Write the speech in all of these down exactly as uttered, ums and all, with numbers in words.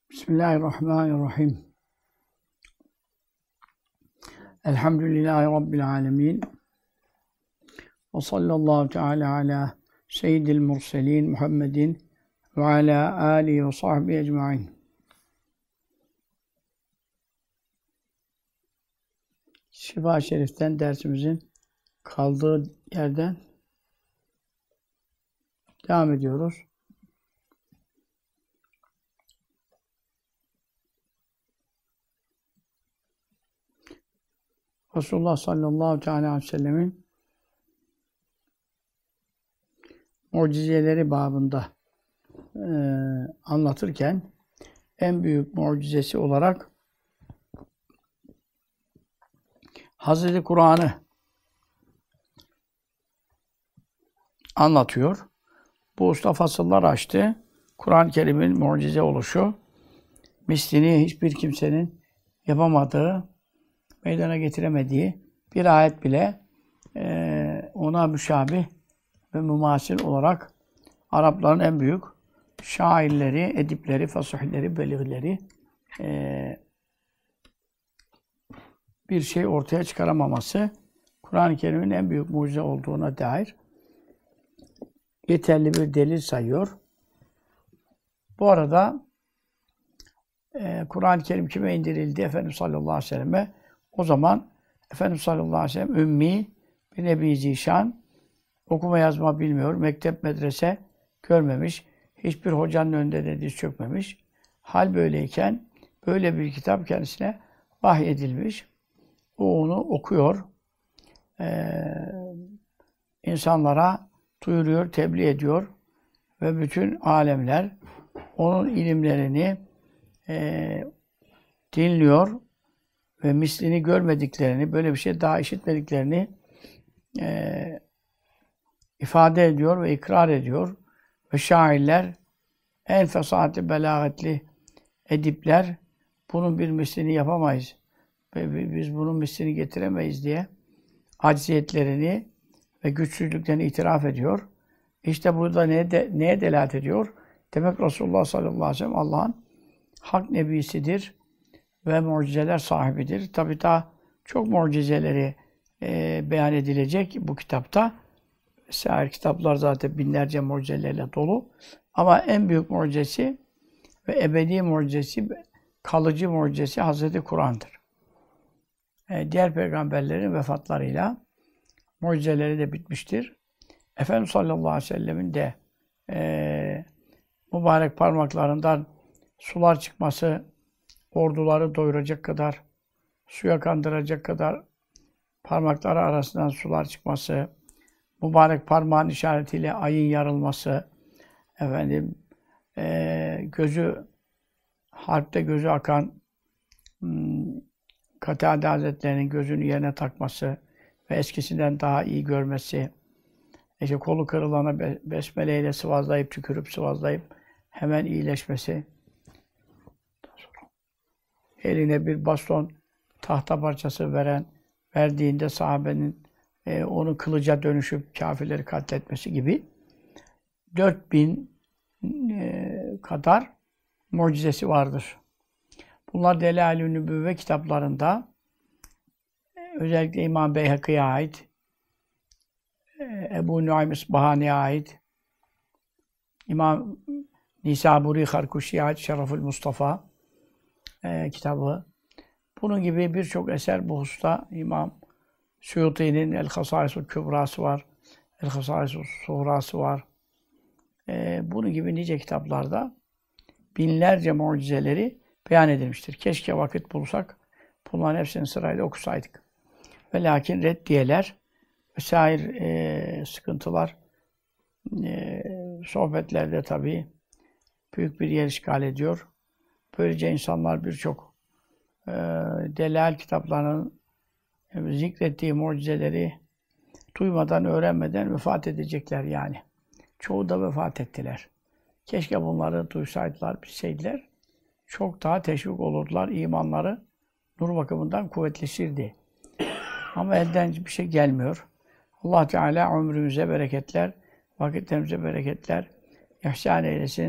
Bismillahirrahmanirrahim. Elhamdülillahi Rabbil alemin. Ve sallallahu teala ala seyyidil murselin Muhammedin ve ala alihi ve sahbihi ecmaîn. Şifa-i Şerif'ten dersimizin kaldığı yerden devam ediyoruz. Resulullah sallallahu teala aleyhi ve sellemin mucizeleri babında e, anlatırken en büyük mucizesi olarak Hazreti Kur'an'ı anlatıyor. Bu usta fasıllar açtı. Kur'an-ı Kerim'in mucize oluşu, mislini hiçbir kimsenin yapamadığı, meydana getiremediği bir ayet bile e, ona müşabih ve mümasil olarak Arapların en büyük şairleri, edipleri, fasihleri, beligleri e, bir şey ortaya çıkaramaması Kur'an-ı Kerim'in en büyük mucize olduğuna dair yeterli bir delil sayıyor. Bu arada e, Kur'an-ı Kerim kime indirildi? Efendimiz sallallahu aleyhi ve selleme. O zaman Efendimiz sallallahu aleyhi ve sellem ümmi bir nebi zişan, okuma yazma bilmiyor, mektep medrese görmemiş, hiçbir hocanın önünde de diz çökmemiş. Hal böyleyken böyle bir kitap kendisine vahyedilmiş. O onu okuyor, ee, insanlara duyuruyor, tebliğ ediyor ve bütün alemler onun ilimlerini e, dinliyor ve mislini görmediklerini, böyle bir şey daha işitmediklerini e, ifade ediyor ve ikrar ediyor. Ve şairler, en fesatı, belagatli edipler, bunun bir mislini yapamayız ve biz bunun mislini getiremeyiz diye acziyetlerini ve güçsüzlüklerini itiraf ediyor. İşte burada neye, de, neye delalet ediyor? Demek Resulullah sallallahu aleyhi ve sellem Allah'ın hak nebisidir ve mucizeler sahibidir. Tabi daha çok mucizeleri e, beyan edilecek bu kitapta. Sair kitaplar zaten binlerce mucizelerle dolu. Ama en büyük mucizesi ve ebedi mucizesi, kalıcı mucizesi Hazreti Kur'an'dır. E, diğer peygamberlerin vefatlarıyla mucizeleri de bitmiştir. Efendimiz sallallahu aleyhi ve sellemin de e, mübarek parmaklarından sular çıkması, orduları doyuracak kadar, suya kandıracak kadar parmakları arasından sular çıkması, mübarek parmağın işaretiyle ayın yarılması, efendim, e, gözü, harpte gözü akan hmm, Katade Hazretleri'nin gözünü yerine takması ve eskisinden daha iyi görmesi, işte kolu kırılana besmeleyle sıvazlayıp, tükürüp sıvazlayıp hemen iyileşmesi, eline bir baston, tahta parçası veren, verdiğinde sahabenin e, onu kılıca dönüşüp kâfirleri katletmesi gibi dört bin e, kadar mucizesi vardır. Bunlar Delâl-i Nübüvve kitaplarında e, özellikle İmam Beyhaki'ye ait, e, Ebu Nuaym İsbahani'ye ait, İmam Nisaburi Harkuşi'ye ait Şerefül Mustafa e, kitabı. Bunun gibi birçok eser bu hususta İmam Suyuti'nin El-Hasâis-ül Kübrâsı var, El-Hasâis-ül Suğrâsı var. E, bunun gibi nice kitaplarda binlerce mucizeleri beyan edilmiştir. Keşke vakit bulsak, bunların hepsini sırayla okusaydık. Ve lakin reddiyeler vesaire e, sıkıntılar e, sohbetlerde tabii büyük bir yer işgal ediyor. Böylece insanlar birçok e, delal kitaplarının e, zikrettiği mucizeleri duymadan, öğrenmeden vefat edecekler yani. Çoğu da vefat ettiler. Keşke bunları duysaydılar, bilseydiler. Çok daha teşvik olurdular. İmanları nur bakımından kuvvetleşirdi. Ama elden bir şey gelmiyor. Allah Teala ömrümüze bereketler, vakitlerimize bereketler ihsan eylesin.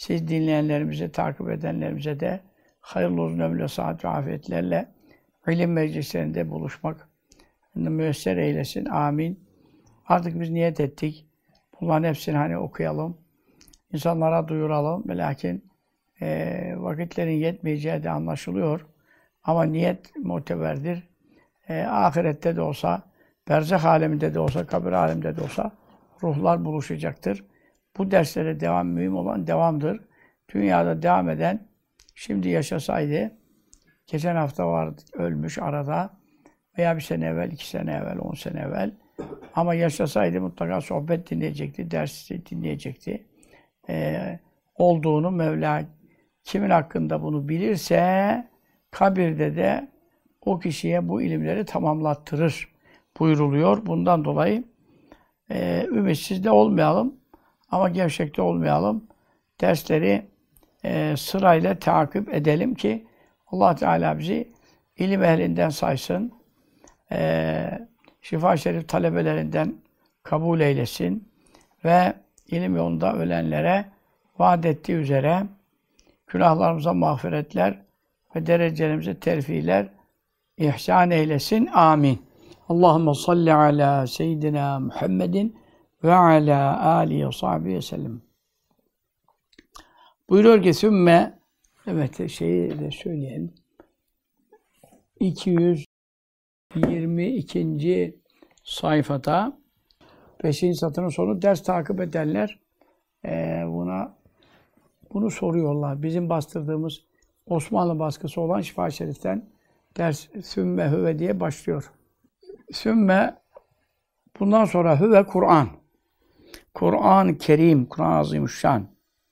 Siz dinleyenlerimize, takip edenlerimize de hayırlı uzun ömürle, sıhhat ve afiyetlerle ilim meclislerinde buluşmak müyesser eylesin. Amin. Artık biz niyet ettik. Bunların hepsini hani okuyalım. İnsanlara duyuralım. Lakin e, vakitlerin yetmeyeceği de anlaşılıyor. Ama niyet muteberdir. E, ahirette de olsa, berzah aleminde de olsa, kabir aleminde de olsa ruhlar buluşacaktır. Bu derslere devam, mühim olan devamdır. Dünyada devam eden, şimdi yaşasaydı, geçen hafta vardı, ölmüş arada veya bir sene evvel, iki sene evvel, on sene evvel. Ama yaşasaydı mutlaka sohbet dinleyecekti, dersi dinleyecekti. Ee, olduğunu Mevla kimin hakkında bunu bilirse kabirde de o kişiye bu ilimleri tamamlattırır buyuruluyor. Bundan dolayı e, ümitsiz de olmayalım ama gevşek de olmayalım. Dersleri e, sırayla takip edelim ki Allah Teala bizi ilim ehlinden saysın. E, Şifa Şerif talebelerinden kabul eylesin ve ilim yolunda ölenlere vaat ettiği üzere günahlarımıza mağfiretler ve derecelerimize terfiler ihsan eylesin. Amin. Allahümme salli ala seyyidina Muhammedin ve ala alihi ve sahbihi ve sellem. Buyuruyor ki sümme, evet şeyi de söyleyelim. iki yüz yirmi ikinci sayfada beşinci satırın sonu ders takip edenler e, buna bunu soruyorlar. Bizim bastırdığımız Osmanlı baskısı olan Şifa-i Şerif'ten ders sümme hüve diye başlıyor. Sümme bundan sonra hüve Kur'an. Kur'an-ı Kerim, Kur'an-ı Azimüşşan.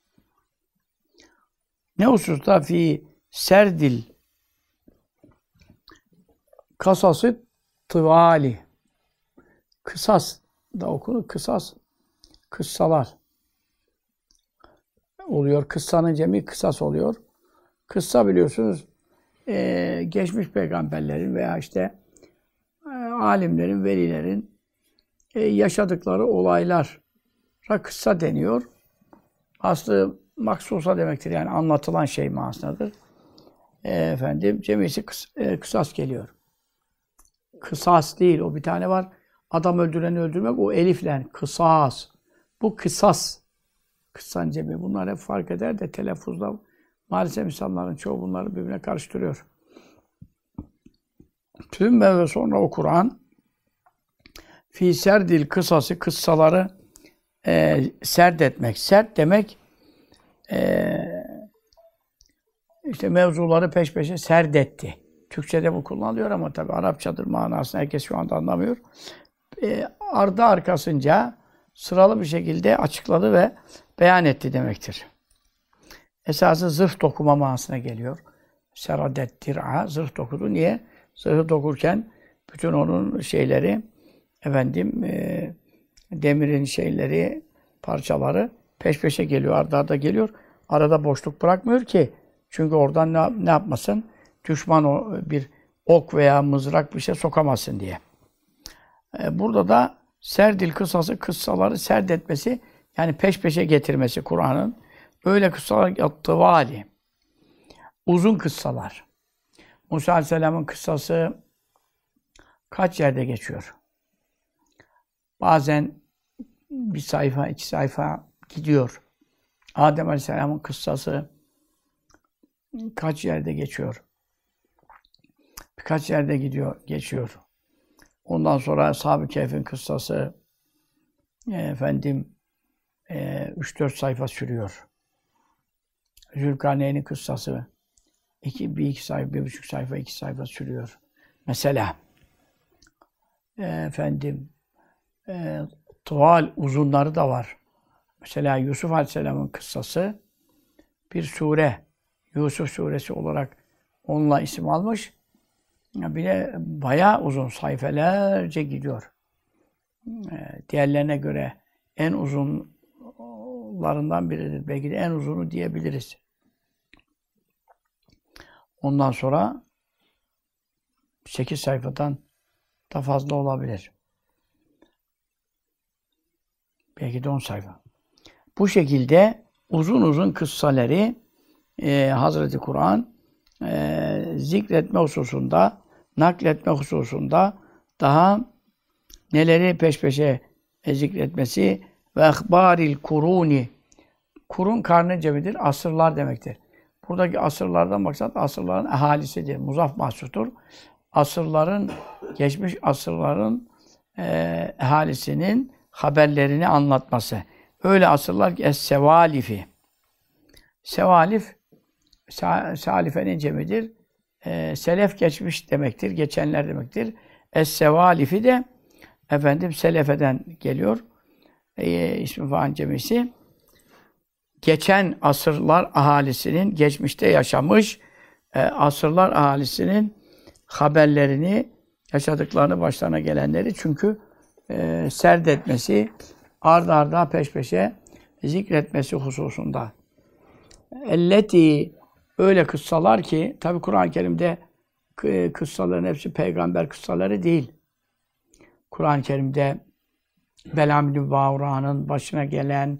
Ne hususta fi serdil kasası tıvali. Kısas da okunur. Kısas, kıssalar oluyor. Kıssanın cemi kısas oluyor. Kıssa biliyorsunuz e, geçmiş peygamberlerin veya işte e, alimlerin, velilerin e, yaşadıkları olaylara kıssa deniyor. Aslı maksusa demektir. Yani anlatılan şey manasındadır. E, efendim cemisi kıs, e, kısas geliyor. Kısas değil. O bir tane var. Adam öldüreni öldürmek o elifle. Kısas. Bu kısas. Kıssan cemi. Bunlar hep fark eder de telaffuzda maalesef insanların çoğu bunları birbirine karıştırıyor. Tüm ve sonra o Kur'an fi serdil kısası kıssaları e, serd etmek. Serd demek e, işte mevzuları peş peşe serdetti. Türkçe'de bu kullanılıyor ama tabii Arapçadır manasını herkes şu anda anlamıyor. E, ardı arkasınca sıralı bir şekilde açıkladı ve beyan etti demektir. Esası zırh dokuma manasına geliyor. Seradet dir'a, zırh dokudu. Niye? Zırhı dokurken bütün onun şeyleri, efendim, e, demirin şeyleri, parçaları peş peşe geliyor, arda arda geliyor. Arada boşluk bırakmıyor ki. Çünkü oradan ne, ne yapmasın? Düşman o bir ok veya mızrak bir şey sokamasın diye. E, burada da serdil kısası, kıssaları serdetmesi, yani peş peşe getirmesi Kur'an'ın. Öyle kıssalar yaptığı vali. Uzun kıssalar. Musa Aleyhisselam'ın kıssası kaç yerde geçiyor? Bazen bir sayfa, iki sayfa gidiyor. Adem Aleyhisselam'ın kıssası kaç yerde geçiyor? Birkaç yerde gidiyor, geçiyor. Ondan sonra Ashab-ı Kehf'in kıssası efendim e, üç dört sayfa sürüyor. Zülkarneyn'in kıssası iki, bir iki sayfa, bir buçuk sayfa, iki sayfa sürüyor. Mesela e, efendim e, tuval uzunları da var. Mesela Yusuf Aleyhisselam'ın kıssası bir sure, Yusuf suresi olarak onunla isim almış. Bile bayağı uzun sayfelerce gidiyor. Diğerlerine göre en uzunlarından biridir. Belki de en uzunu diyebiliriz. Ondan sonra sekiz sayfadan da fazla olabilir. Belki de on sayfa. Bu şekilde uzun uzun kıssaleri e, Hazreti Kur'an e, zikretme hususunda, nakletme hususunda daha neleri peş peşe e, zikretmesi ve ahbaril kuruni. Kurun karnı cemidir, asırlar demektir. Buradaki asırlardan maksat asırların ahalisidir, muzaf mahsustur. Asırların, geçmiş asırların e, ahalisinin haberlerini anlatması. Öyle asırlar ki es-sevalifi. Sevalif, sa salifenin cemidir. E, selef geçmiş demektir, geçenler demektir. Es-sevalifi de efendim selefeden geliyor. E, ismi falan cemisi. Geçen asırlar ahalisinin, geçmişte yaşamış e, asırlar ahalisinin haberlerini, yaşadıklarını, başlarına gelenleri çünkü e, serdetmesi, ard arda peş peşe zikretmesi hususunda. Elleti, öyle kıssalar ki, tabi Kur'an-ı Kerim'de kıssaların hepsi peygamber kıssaları değil. Kur'an-ı Kerim'de Belam bin Bağura'nın başına gelen,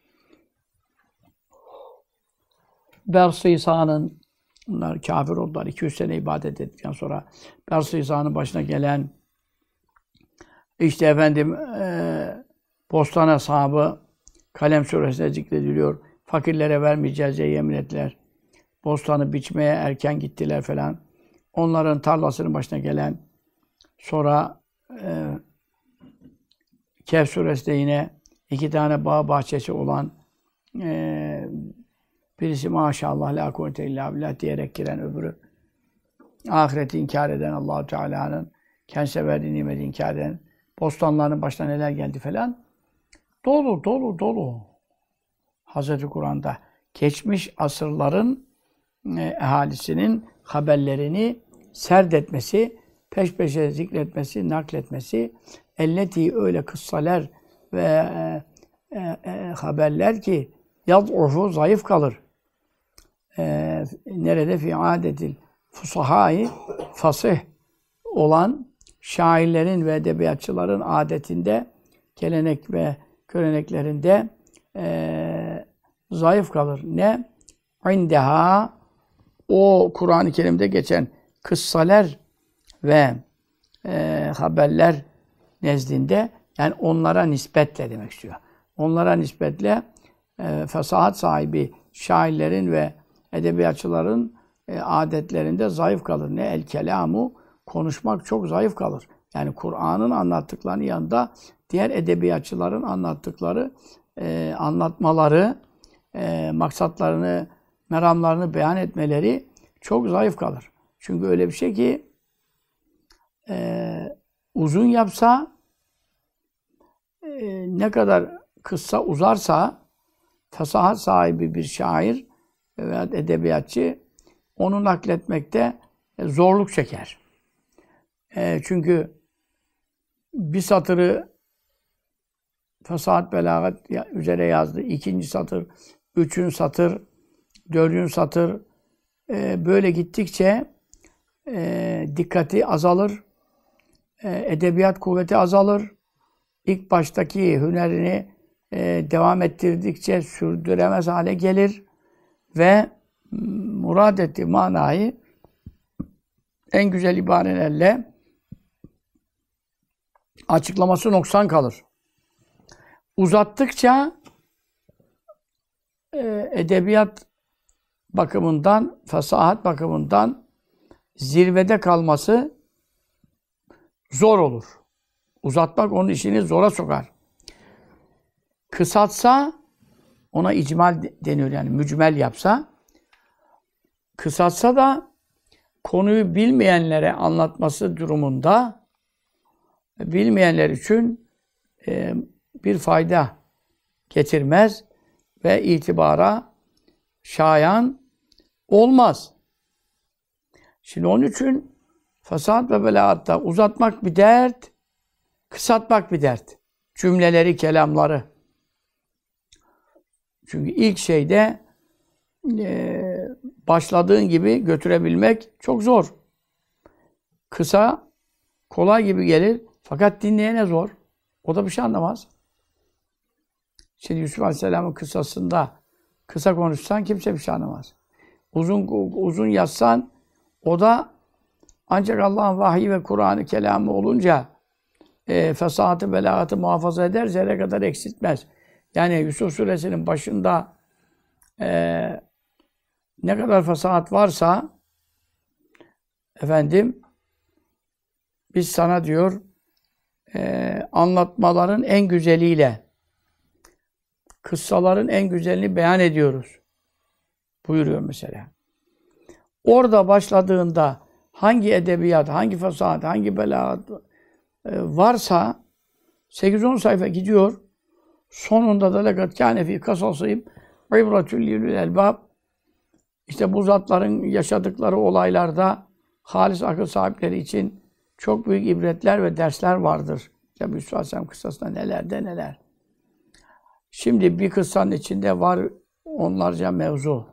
Bers İsa'nın, bunlar kafir oldular, iki yüz sene ibadet ettikten sonra Bers İsa'nın başına gelen, işte efendim e, Bostan ashabı Kalem suresinde zikrediliyor. Fakirlere vermeyeceğiz diye yemin ettiler. Bostanı biçmeye erken gittiler falan. Onların tarlasının başına gelen, sonra e, Kehf suresinde yine iki tane bağ bahçesi olan e, birisi maşallah la kuvvete illa billah diyerek giren, öbürü ahireti inkar eden, Allah-u Teala'nın kendisine verdiği nimeti inkar eden, bostanlarının başına neler geldi falan. Dolu, dolu, dolu. Hazreti Kur'an'da geçmiş asırların e, ahalisinin haberlerini serdetmesi, peş peşe zikretmesi, nakletmesi, elleti öyle kıssalar ve e, e, e, haberler ki yad'ufu zayıf kalır. E, nerede fi adetil fusahai fasih olan şairlerin ve edebiyatçıların adetinde, gelenek ve göreneklerinde e, zayıf kalır. Ne? İndeha, o Kur'an-ı Kerim'de geçen kıssaler ve e, haberler nezdinde, yani onlara nispetle demek istiyor. Onlara nispetle e, fesahat sahibi şairlerin ve edebiyatçıların e, adetlerinde zayıf kalır. Ne? El kelamu, konuşmak çok zayıf kalır. Yani Kur'an'ın anlattıklarının yanında diğer edebiyatçıların anlattıkları, e, anlatmaları, e, maksatlarını, meramlarını beyan etmeleri çok zayıf kalır. Çünkü öyle bir şey ki e, uzun yapsa, e, ne kadar kıssa uzarsa fesahat sahibi bir şair veya edebiyatçı onu nakletmekte zorluk çeker. E, çünkü bir satırı fesahat belagat üzere yazdı. İkinci satır, üçüncü satır, dördüncü satır e, böyle gittikçe e, dikkati azalır, e, edebiyat kuvveti azalır. İlk baştaki hünerini e, devam ettirdikçe sürdüremez hale gelir ve murad ettiği manayı en güzel ibarelerle açıklaması noksan kalır. Uzattıkça e, edebiyat bakımından, fesahat bakımından zirvede kalması zor olur. Uzatmak onun işini zora sokar. Kısaltsa, ona icmal deniyor, yani mücmel yapsa, kısaltsa da konuyu bilmeyenlere anlatması durumunda bilmeyenler için e, bir fayda getirmez ve itibara şayan olmaz. Şimdi onun için fesat ve belagatta uzatmak bir dert, kısaltmak bir dert. Cümleleri, kelamları. Çünkü ilk şeyde e, başladığın gibi götürebilmek çok zor. Kısa, kolay gibi gelir. Fakat dinleyene zor. O da bir şey anlamaz. Şimdi Yusuf Aleyhisselam'ın kıssasında Kısa konuşsan kimse bir şey anlamaz. Uzun uzun yazsan o da ancak Allah'ın vahyi ve Kur'an-ı kelamı olunca e, fesahatı, belagatı muhafaza eder, zerre kadar eksiltmez. Yani Yusuf Suresinin başında e, ne kadar fesahat varsa efendim biz sana diyor e, anlatmaların en güzeliyle kıssaların en güzelini beyan ediyoruz. Buyuruyor mesela. Orada başladığında hangi edebiyat, hangi fesahat, hangi belagat e, varsa sekiz on sayfa gidiyor. Sonunda da lekat kâne fî kasasîm ibretül lil elbâb. İşte bu zatların yaşadıkları olaylarda halis akıl sahipleri için çok büyük ibretler ve dersler vardır. İşte bu Yusuf Aleyhisselam kıssasında neler de neler. Şimdi bir kıssanın içinde var onlarca mevzu.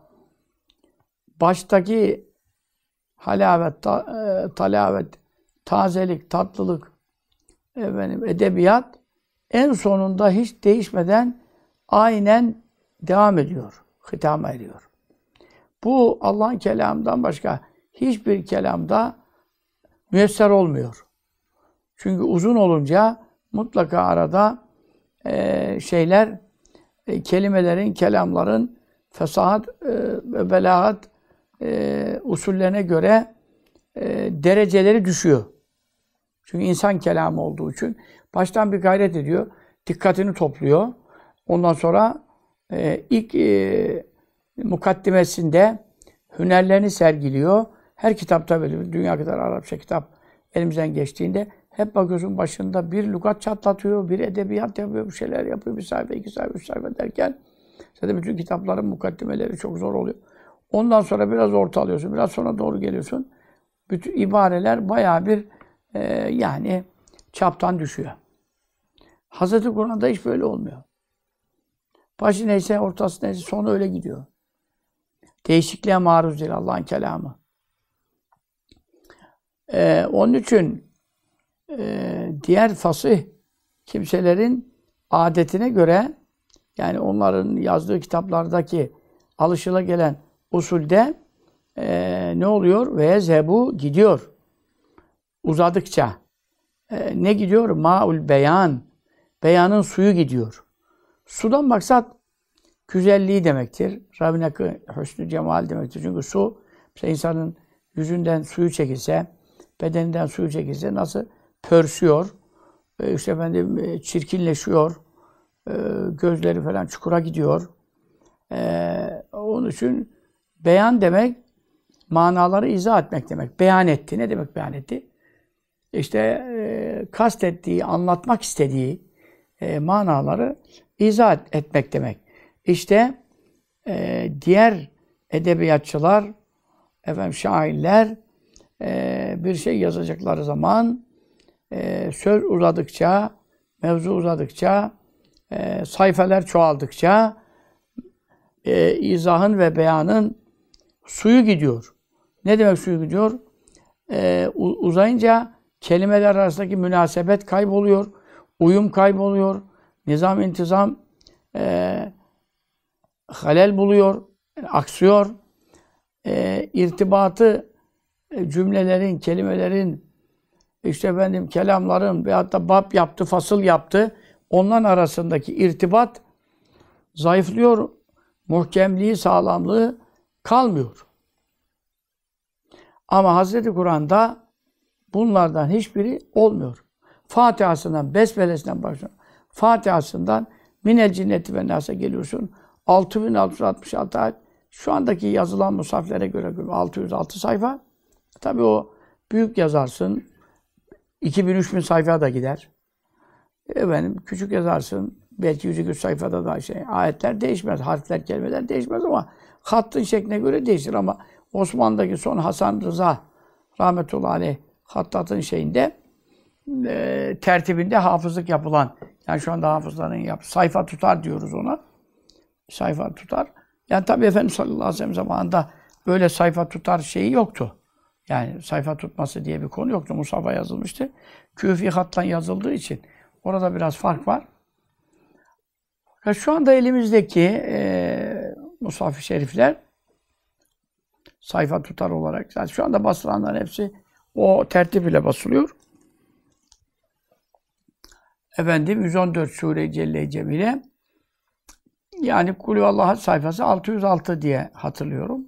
Baştaki halavet, ta, e, talavet, tazelik, tatlılık, efendim, edebiyat en sonunda hiç değişmeden aynen devam ediyor. Hitama ediyor. Bu Allah'ın kelamından başka hiçbir kelamda müyesser olmuyor. Çünkü uzun olunca mutlaka arada e, şeyler, e, kelimelerin, kelamların fesahat e, ve belagat e, usullerine göre e, dereceleri düşüyor. Çünkü insan kelamı olduğu için baştan bir gayret ediyor, dikkatini topluyor. Ondan sonra e, ilk e, mukaddimesinde hünerlerini sergiliyor. Her kitapta böyle, dünya kadar Arapça kitap elimizden geçtiğinde hep bakıyorsun başında bir lügat çatlatıyor, bir edebiyat yapıyor, bir şeyler yapıyor, bir sayfa, iki sayfa, üç sayfa derken zaten bütün kitapların mukaddimeleri çok zor oluyor. Ondan sonra biraz orta alıyorsun, biraz sonra doğru geliyorsun. Bütün ibareler bayağı bir e, yani çaptan düşüyor. Hazreti Kur'an'da hiç böyle olmuyor. Başı neyse, ortası neyse, sonu öyle gidiyor. Değişikliğe maruz değil Allah'ın kelamı. Ee, onun için e, diğer fasih kimselerin adetine göre, yani onların yazdığı kitaplardaki alışılagelen usulde e, ne oluyor? Ve zebu gidiyor. Uzadıkça. E, ne gidiyor? Ma'ul beyan. Beyanın suyu gidiyor. Sudan maksat güzelliği demektir. Rabbine hüsnü cemal demektir. Çünkü su, mesela insanın yüzünden suyu çekilse, bedeninden suyu çekilse nasıl pörsüyor, e, işte efendim çirkinleşiyor, e, gözleri falan çukura gidiyor. E, onun için beyan demek, manaları izah etmek demek. Beyan etti. Ne demek beyan etti? İşte e, kastettiği, anlatmak istediği e, manaları izah etmek demek. İşte e, diğer edebiyatçılar, efendim şairler e, bir şey yazacakları zaman e, söz uzadıkça, mevzu uzadıkça, e, sayfeler çoğaldıkça e, izahın ve beyanın suyu gidiyor. Ne demek suyu gidiyor? E, uzayınca kelimeler arasındaki münasebet kayboluyor, uyum kayboluyor, nizam intizam e, halel buluyor, yani aksıyor. E, irtibatı e, cümlelerin, kelimelerin, işte efendim kelamların veyahut da bab yaptı, fasıl yaptı. Onların arasındaki irtibat zayıflıyor. Muhkemliği, sağlamlığı kalmıyor. Ama Hazreti Kur'an'da bunlardan hiçbiri olmuyor. Fatiha'sından, Besmelesinden başlıyor. Fatiha'sından Minel Cinneti ve Nas'a geliyorsun. altı bin altı yüz altmış altı ayet. Şu andaki yazılan musaflere göre altı yüz altı sayfa. Tabii o büyük yazarsın. iki bin üç bin sayfa da gider. Efendim küçük yazarsın. Belki yüz iki yüz sayfada da şey. Ayetler değişmez. Harfler, kelimeler değişmez ama hattın şekline göre değişir. Ama Osmanlı'daki son Hasan Rıza rahmetullahi aleyh hattatın şeyinde e, tertibinde hafızlık yapılan, yani şu anda hafızların yap sayfa tutar diyoruz ona. Sayfa tutar. Yani tabii Efendimiz sallallahu aleyhi ve sellem zamanında böyle sayfa tutar şeyi yoktu. Yani sayfa tutması diye bir konu yoktu. Musaf'a yazılmıştı. Küfi hattan yazıldığı için orada biraz fark var. Şu anda elimizdeki e, Mushaf-ı Şerifler sayfa tutar olarak. Zaten şu anda basılanların hepsi o tertip ile basılıyor. Efendim yüz on dört Sure-i Celle-i Cemile. Yani Kulüvallah sayfası altı yüz altı diye hatırlıyorum.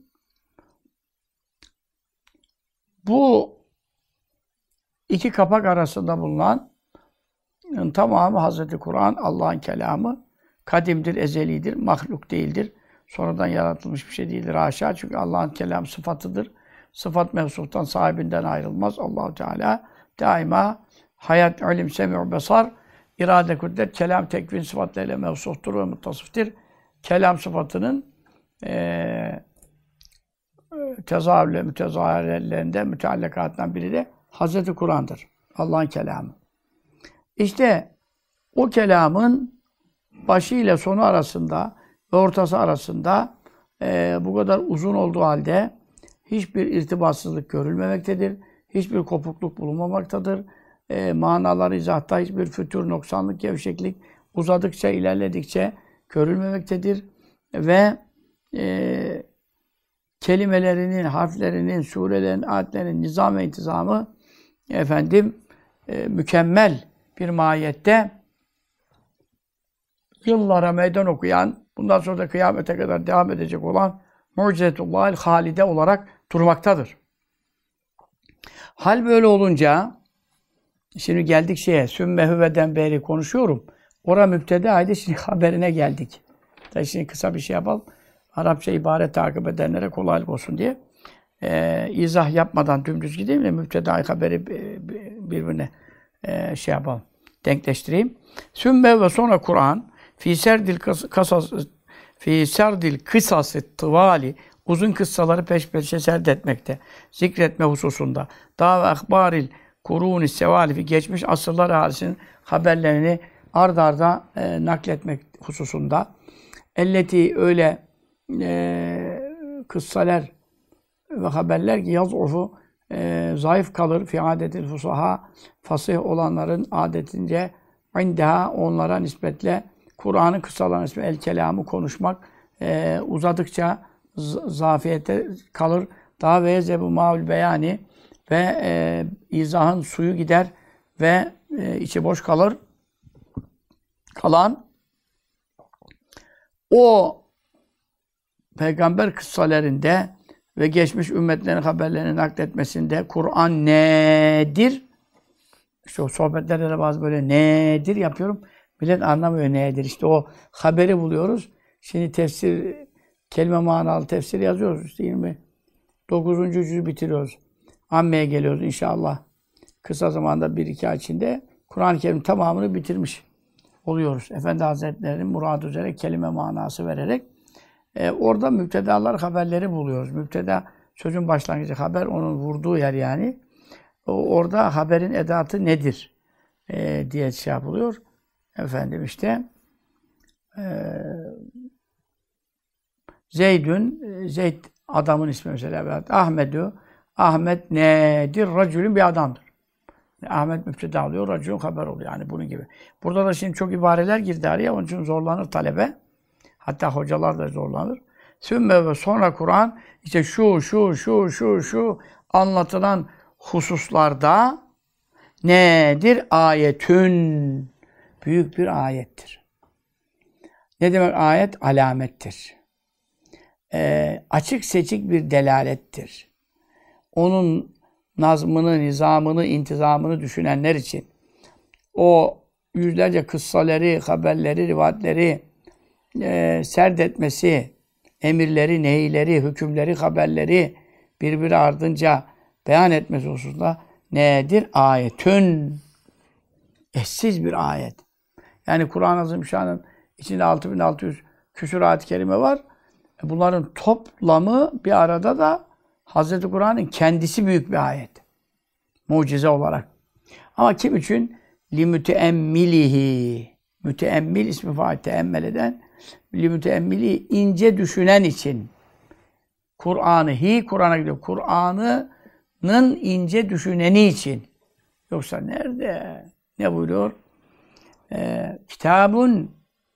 Bu iki kapak arasında bulunan tamamı Hazreti Kur'an, Allah'ın kelamı. Kadimdir, ezelidir, mahluk değildir. Sonradan yaratılmış bir şey değildir haşa. Çünkü Allah'ın kelam sıfatıdır. Sıfat mevsuftan, sahibinden ayrılmaz. Allah-u Teala daima hayat, ilim, sem'u, besar, irade, kudret, kelam, tekvin sıfatlarıyla mevsuftur ve muttasıftır. Kelam sıfatının e, tezahürle, mütezahirlerinden, müteallakatından biri de Hazreti Kur'an'dır. Allah'ın kelamı. İşte o kelamın başı ile sonu arasında ve ortası arasında e, bu kadar uzun olduğu halde hiçbir irtibatsızlık görülmemektedir. Hiçbir kopukluk bulunmamaktadır. E, manaları izahta hiçbir fütür, noksanlık, gevşeklik uzadıkça, ilerledikçe görülmemektedir. Ve e, kelimelerinin, harflerinin, surelerin, ayetlerin nizam ve intizamı efendim e, mükemmel bir mahiyette yıllara meydan okuyan, bundan sonra da kıyamete kadar devam edecek olan Mucizetullahil Halide olarak durmaktadır. Hal böyle olunca, şimdi geldik şeye, Sümme Hüve'den beri konuşuyorum. Ora müptedaydı, şimdi haberine geldik. Da şimdi kısa bir şey yapalım. Arapça ibare takip edenlere kolaylık olsun diye. Ee, izah yapmadan dümdüz gideyim de müptedai haberi birbirine e, şey yapalım, denkleştireyim. Sümme ve sonra Kur'an fi serdil kasas fi serdil kısası tıvali uzun kıssaları peş peşe serdetmekte, zikretme hususunda. Daha ve akbaril kuruni sevalifi geçmiş asırlar ahalisinin haberlerini ard arda e, nakletmek hususunda. Elleti öyle e, kıssaler ve haberler ki yaz'ufu e, zayıf kalır fi adetil fusaha fasih olanların adetince indeha onlara nispetle Kur'an'ın kıssalarına nispetle el kelamı konuşmak e, uzadıkça zafiyete kalır. Daha ve yezebu maul beyani ve e, izahın suyu gider ve e, içi boş kalır. Kalan o peygamber kıssalarında ve geçmiş ümmetlerin haberlerini nakletmesinde Kur'an nedir? İşte o sohbetlerde de bazı böyle nedir yapıyorum. Millet anlamıyor nedir. İşte o haberi buluyoruz. Şimdi tefsir, kelime manalı tefsir yazıyoruz. İşte yirmi dokuzuncu cüzü bitiriyoruz. Amme'ye geliyoruz inşallah. Kısa zamanda bir iki ay içinde Kur'an-ı Kerim tamamını bitirmiş oluyoruz. Efendi Hazretleri'nin muradı üzere kelime manası vererek. Ee, orada müptedalar haberleri buluyoruz. Müpteda sözün başlangıcı, haber onun vurduğu yer yani. O, orada haberin edatı nedir ee, diye şey yapılıyor. Efendim işte e, Zeydün, Zeyd adamın ismi mesela. Ahmedü, Ahmet nedir? Racülün bir adamdır. Ahmet müpteda oluyor, racülün haber oluyor. Yani bunun gibi. Burada da şimdi çok ibareler girdi araya. Onun için zorlanır talebe. Hatta hocalar da zorlanır. Sümme ve sonra Kur'an işte şu, şu, şu, şu, şu anlatılan hususlarda nedir? Ayetün. Büyük bir ayettir. Ne demek ayet? Alamettir. Ee, açık seçik bir delalettir. Onun nazmını, nizamını, intizamını düşünenler için o yüzlerce kıssaları, haberleri, rivayetleri e, serdetmesi, emirleri, nehirleri, hükümleri, haberleri birbiri ardınca beyan etmesi hususunda nedir? Ayetün. Eşsiz bir ayet. Yani Kur'an-ı Azimüşşan'ın içinde altı bin altı yüz küsur ayet-i kerime var. Bunların toplamı bir arada da Hazreti Kur'an'ın kendisi büyük bir ayet. Mucize olarak. Ama kim için? Limüteemmilihi. Müteemmil ismi fail teemmel eden. Limüteemmilihi ince düşünen için. Kur'an'ı hi Kur'an'a gidiyor. Kur'an'ın ince düşüneni için. Yoksa nerede? Ne buyuruyor? Ee, kitabun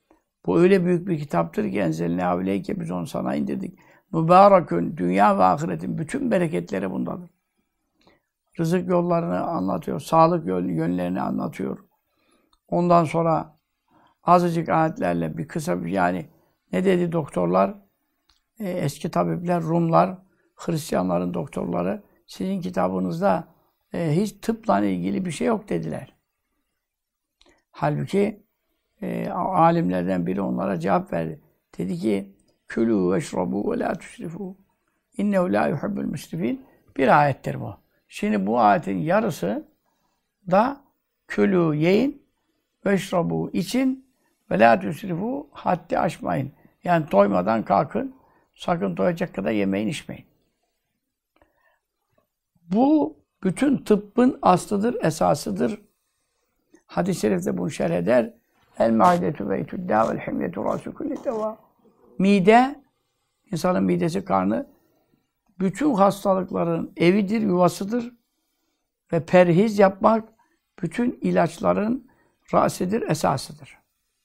Bu öyle büyük bir kitaptır ki enzelne avileyke biz onu sana indirdik. Mübarekün, dünya ve ahiretin bütün bereketleri bundadır. Rızık yollarını anlatıyor, sağlık yönlerini anlatıyor. Ondan sonra azıcık ayetlerle bir kısa bir yani ne dedi doktorlar? E, eski tabipler, Rumlar, Hristiyanların doktorları sizin kitabınızda e, hiç tıpla ilgili bir şey yok dediler. Halbuki e, alimlerden biri onlara cevap verdi. Dedi ki külû veşrabû ve lâ tusrifû innehu lâ yuhibbul müsrifîn. Bir ayettir bu. Şimdi bu ayetin yarısı da külû yiyin veşrabû için ve lâ tusrifû haddi aşmayın. Yani doymadan kalkın. Sakın doyacak kadar yemeyin, içmeyin. Bu bütün tıbbın aslıdır, esasıdır. Hadis-i şerifte bunu şerh eder. El maidetu beytü'd dâ vel himyetu râsü kulli devâ. Mide, insanın midesi, karnı, bütün hastalıkların evidir, yuvasıdır. Ve perhiz yapmak, bütün ilaçların râsidir, esasıdır.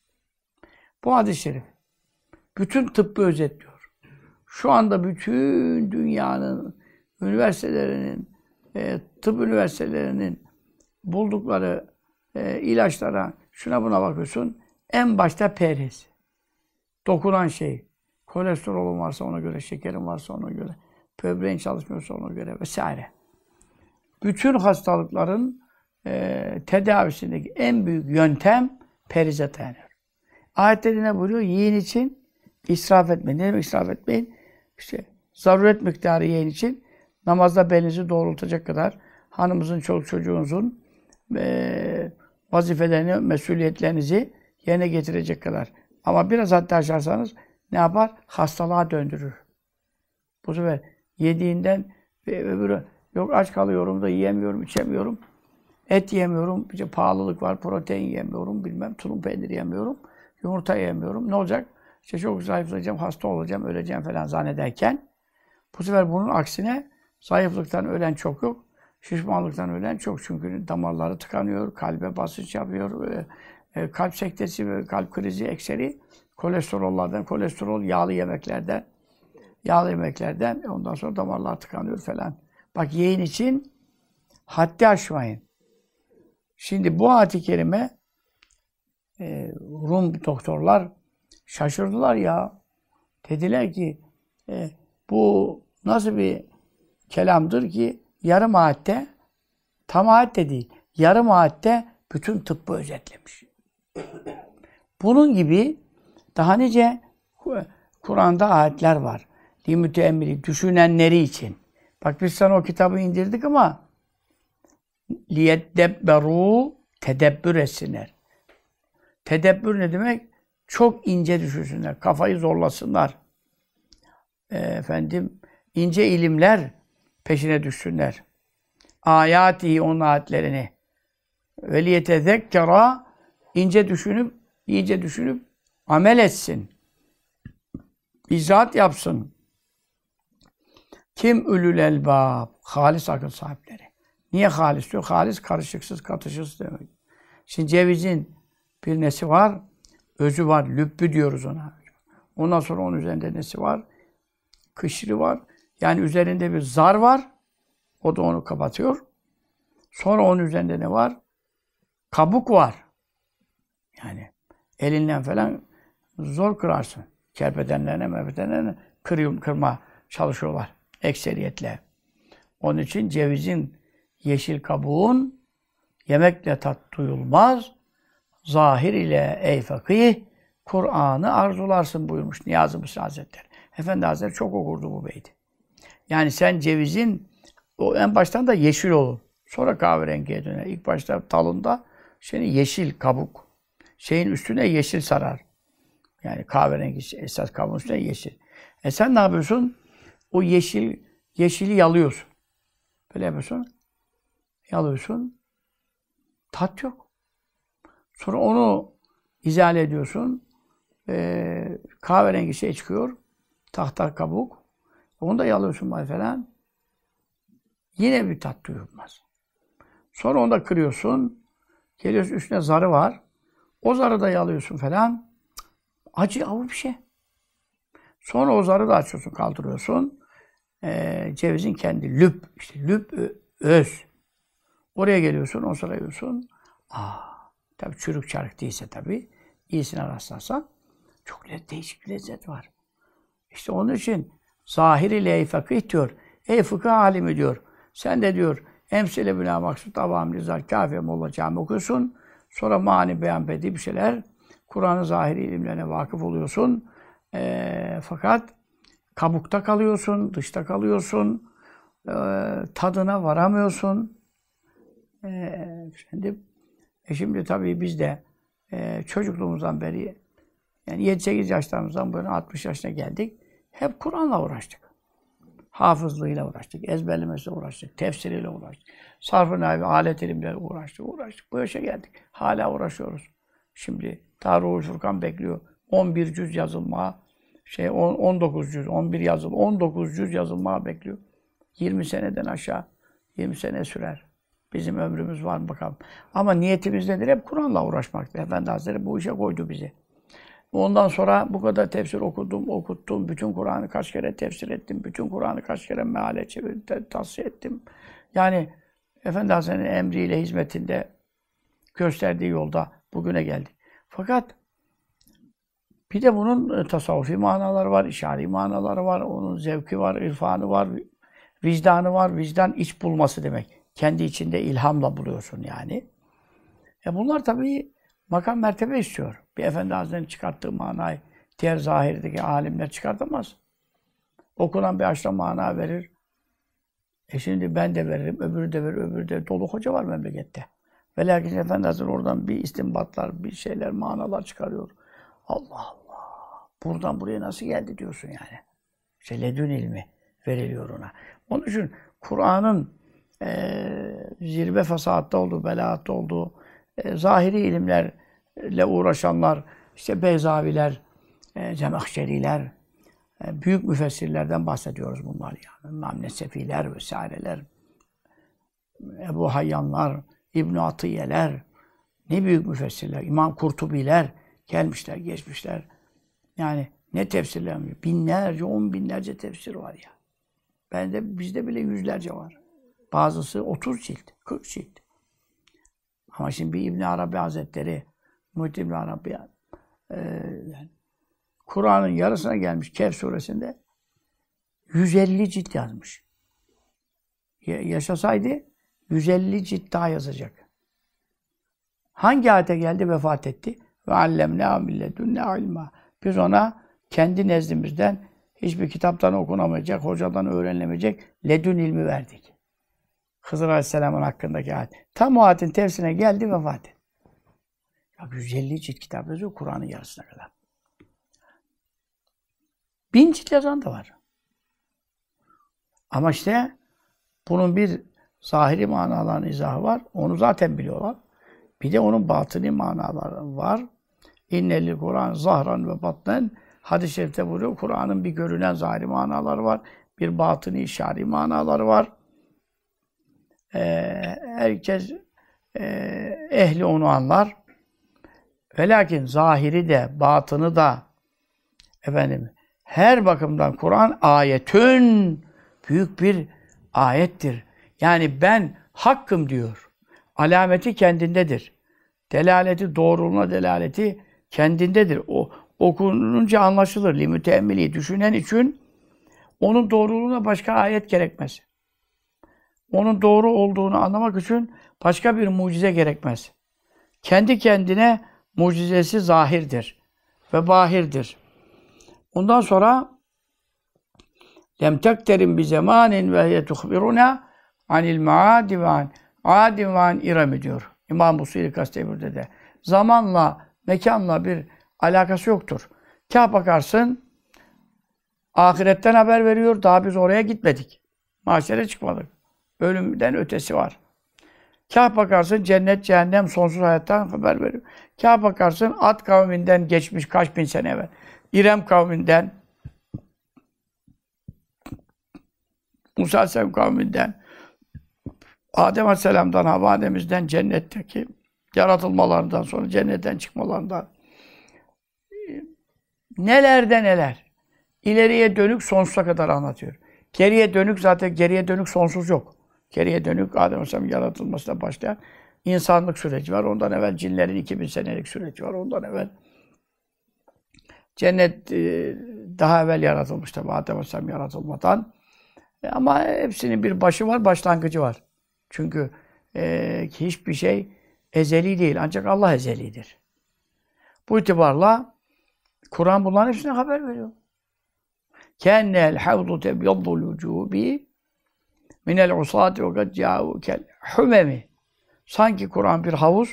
Bu hadis-i şerif, bütün tıbbı özetliyor. Şu anda bütün dünyanın üniversitelerinin, e, tıp üniversitelerinin buldukları e, ilaçlara, şuna buna bakıyorsun. En başta perhiz. Dokunan şey. Kolesterolün varsa ona göre, şekerin varsa ona göre, böbreğin çalışmıyorsa ona göre vesaire. Bütün hastalıkların e, tedavisindeki en büyük yöntem perhize dayanıyor. Ayette ne buyuruyor? Yiyin için israf etmeyin. Ne demek israf etmeyin? İşte zaruret miktarı yiyin için namazda belinizi doğrultacak kadar hanımızın, çoluk çocuğunuzun e, vazifelerini, mesuliyetlerinizi yerine getirecek kadar. Ama biraz hatta aşarsanız ne yapar? Hastalığa döndürür. Bu sefer yediğinden ve öbürü yok aç kalıyorum da yiyemiyorum, içemiyorum. Et yemiyorum, işte pahalılık var, protein yemiyorum, bilmem tulum peyniri yemiyorum, yumurta yemiyorum. Ne olacak? İşte çok zayıflayacağım, hasta olacağım, öleceğim falan zannederken bu sefer bunun aksine zayıflıktan ölen çok yok. Şişmanlıktan ölen çok. Çünkü damarları tıkanıyor, kalbe basınç yapıyor, e, e, kalp sektesi ve kalp krizi ekseri kolesterollardan, kolesterol yağlı yemeklerden, yağlı yemeklerden ondan sonra damarlar tıkanıyor falan. Bak yiyin için haddi aşmayın. Şimdi bu ayet-i kerime e, Rum doktorlar şaşırdılar ya. Dediler ki e, bu nasıl bir kelamdır ki yarım ayette, tam ayet de değil, yarım ayette bütün tıbbı özetlemiş. Bunun gibi daha nice Kur'an'da ayetler var. Limüteemmili, düşünenleri için. Bak biz sana o kitabı indirdik ama liyeddebberu, tedebbür etsinler. Tedebbür ne demek? Çok ince düşünsünler, kafayı zorlasınlar. E, efendim, ince ilimler peşine düşsünler. Ayati, onun ayetlerini. Ve liyetezekkera, ince düşünüp, iyice düşünüp amel etsin. İzat yapsın. Kim ülül elbab? Halis akıl sahipleri. Niye halis diyor? Halis karışıksız, katışsız demek. Şimdi cevizin bir nesi var? Özü var. Lübbü diyoruz ona. Ondan sonra onun üzerinde nesi var? Kışrı var. Yani üzerinde bir zar var. O da onu kapatıyor. Sonra onun üzerinde ne var? Kabuk var. Yani elinden falan zor kırarsın. Kerpetenlerine, mehpetenlerine kırıyor, kırma çalışıyorlar ekseriyetle. Onun için cevizin yeşil kabuğun yemekle tat duyulmaz. Zahir ile ey fakih, Kur'an'ı arzularsın buyurmuş Niyazi Mısri Hazretleri. Efendi Hazretleri çok okurdu bu beyti. Yani sen cevizin o en baştan da yeşil olur. Sonra kahverengiye döner. İlk başta dalında senin yeşil kabuk. Şeyin üstüne yeşil sarar. Yani kahverengi esas kabuğun üstüne yeşil. E sen ne yapıyorsun? O yeşil yeşili yalıyorsun. Böyle yapıyorsun. Yalıyorsun. Tat yok. Sonra onu izale ediyorsun. Ee, kahverengi şey çıkıyor. Tahta kabuk. Onu da yalıyorsun falan. Yine bir tat duyulmaz. Sonra onu da kırıyorsun. Geliyorsun üstüne zarı var. O zarı da yalıyorsun falan. Acı avu bir şey. Sonra o zarı da açıyorsun, kaldırıyorsun. Ee, cevizin kendi lüp, işte lüp öz. Oraya geliyorsun, o sırayı yiyorsun. Aa, tabii çürük çarık değilse tabii, iyisine rastlarsan çok le- değişik bir lezzet var. İşte onun için zahir ile ey fakih diyor. Ey fıkıh alimi diyor. Sen de diyor emsile bina maksut avam rizal kâfiye molla cami okuyorsun. Sonra mani beyan bedi bir şeyler. Kur'an'ın zahiri ilimlerine vakıf oluyorsun. Ee, fakat kabukta kalıyorsun, dışta kalıyorsun. Ee, tadına varamıyorsun. Ee, şimdi, e şimdi tabii biz de e, çocukluğumuzdan beri yani yedi sekiz yaşlarımızdan böyle altmış yaşına geldik. Hep Kur'an'la uğraştık. Hafızlığıyla uğraştık, ezberlemesiyle uğraştık, tefsiriyle uğraştık. Sarf-ı navi, alet ilimleri uğraştık, uğraştık. Bu yaşa geldik. Hala uğraşıyoruz. Şimdi Tarih-ül Furkan bekliyor. on bir cüz yazılmaya, şey on dokuz cüz, on bir yazıl, on dokuz cüz yazılmaya bekliyor. yirmi seneden aşağı, yirmi sene sürer. Bizim ömrümüz var mı bakalım. Ama niyetimiz nedir? Hep Kur'an'la uğraşmaktır. Efendi Hazretleri bu işe koydu bizi. Ondan sonra bu kadar tefsir okudum, okuttum. Bütün Kur'an'ı kaç kere tefsir ettim. Bütün Kur'an'ı kaç kere meale çevirdim, tavsiye ettim. Yani Efendi Hazretleri'nin emriyle, hizmetinde gösterdiği yolda bugüne geldik. Fakat bir de bunun tasavvufi manaları var, işari manaları var, onun zevki var, irfanı var, vicdanı var. Vicdan iç bulması demek. Kendi içinde ilhamla buluyorsun yani. E bunlar tabii makam mertebe istiyor. Bir Efendi Hazretleri'nin çıkarttığı manayı diğer zahirdeki alimler çıkartamaz. Okunan bir aşra mana verir. E şimdi ben de veririm, öbürü de verir, öbürü de dolu hoca var memlekette. Ve lakin Efendi Hazretleri oradan bir istinbatlar, bir şeyler, manalar çıkarıyor. Allah Allah! Buradan buraya nasıl geldi diyorsun yani. İşte ledün ilmi veriliyor ona. Onun için Kur'an'ın e, zirve fasahatta olduğu, belaatta olduğu, e, zahiri ilimlerle uğraşanlar, işte Beyzaviler, e, Zemahşeriler, e, büyük müfessirlerden bahsediyoruz bunlar yani. İmam Nesefiler vesaireler, Ebu Hayyanlar, İbn Atiyeler, ne büyük müfessirler, İmam Kurtubiler gelmişler, geçmişler. Yani ne tefsirler, binlerce, on binlerce tefsir var ya. Bende, bizde bile yüzlerce var. Bazısı otuz cilt, kırk cilt. Ama şimdi bir İbn Arabi Hazretleri, Muhittin İbn Arabi, e, yani, Kur'an'ın yarısına gelmiş Kehf suresinde yüz elli cilt yazmış. Ya, yaşasaydı yüz elli cilt daha yazacak. Hangi ayete geldi? Vefat etti. Ve allemnâ milledunne ilmâ. Biz ona kendi nezdimizden hiçbir kitaptan okunamayacak, hocadan öğrenilemeyecek ledün ilmi verdik. Hızır Aleyhisselam'ın hakkındaki ayet. Tam o ayetin tefsirine geldi, vefat etti. Ya yüz elli cilt kitap yazıyor Kur'an'ın yarısına kadar. Bin cilt yazan da var. Ama işte bunun bir zahiri manaların izahı var. Onu zaten biliyorlar. Bir de onun batıni manaları var. İnneli Kur'an zahran ve batnen. Hadis-i şerifte buyuruyor. Kur'an'ın bir görünen zahiri manaları var. Bir batıni işari manaları var. Ee, herkes e, ehli onu anlar. Ve lakin zahiri de, batını da efendim her bakımdan Kur'an ayetün büyük bir ayettir. Yani ben hakkım diyor. Alameti kendindedir. Delaleti, doğruluğuna delaleti kendindedir. O okununca anlaşılır. Limüteemmili düşünen için onun doğruluğuna başka ayet gerekmez. Onun doğru olduğunu anlamak için başka bir mucize gerekmez. Kendi kendine mucizesi zahirdir ve bahirdir. Ondan sonra lem tekterim bi zemanin ve hiye tuhbiruna anil maadi ve an adi ve an iremi diyor. İmam Busiri Kastemir'de de. Zamanla, mekanla bir alakası yoktur. Kâh bakarsın, ahiretten haber veriyor, daha biz oraya gitmedik. Mahşere çıkmadık. Ölümden ötesi var. Kâh bakarsın, cennet, cehennem, sonsuz hayattan haber veriyor. Kâh bakarsın, Ad kavminden geçmiş kaç bin sene evvel. İrem kavminden, Musa Aleyhisselam kavminden, Adem Aleyhisselam'dan, Havva annemizden, cennetteki yaratılmalarından sonra cennetten çıkmalarından Neler de neler. İleriye dönük sonsuza kadar anlatıyor. Geriye dönük zaten geriye dönük sonsuz yok. Geriye dönük Adem Aleyhisselam'ın yaratılmasına başlayan insanlık süreci var. Ondan evvel cinlerin iki bin senelik süreci var. Ondan evvel cennet e, daha evvel yaratılmış tabi Adem Aleyhisselam yaratılmadan. E, ama hepsinin bir başı var, başlangıcı var. Çünkü e, hiçbir şey ezeli değil. Ancak Allah ezelidir. Bu itibarla Kur'an bunların hepsine haber veriyor. Kennel havdu tebyaddul vucubi minel usati ve kad câ'u kel humemi. Sanki Kur'an bir havuz.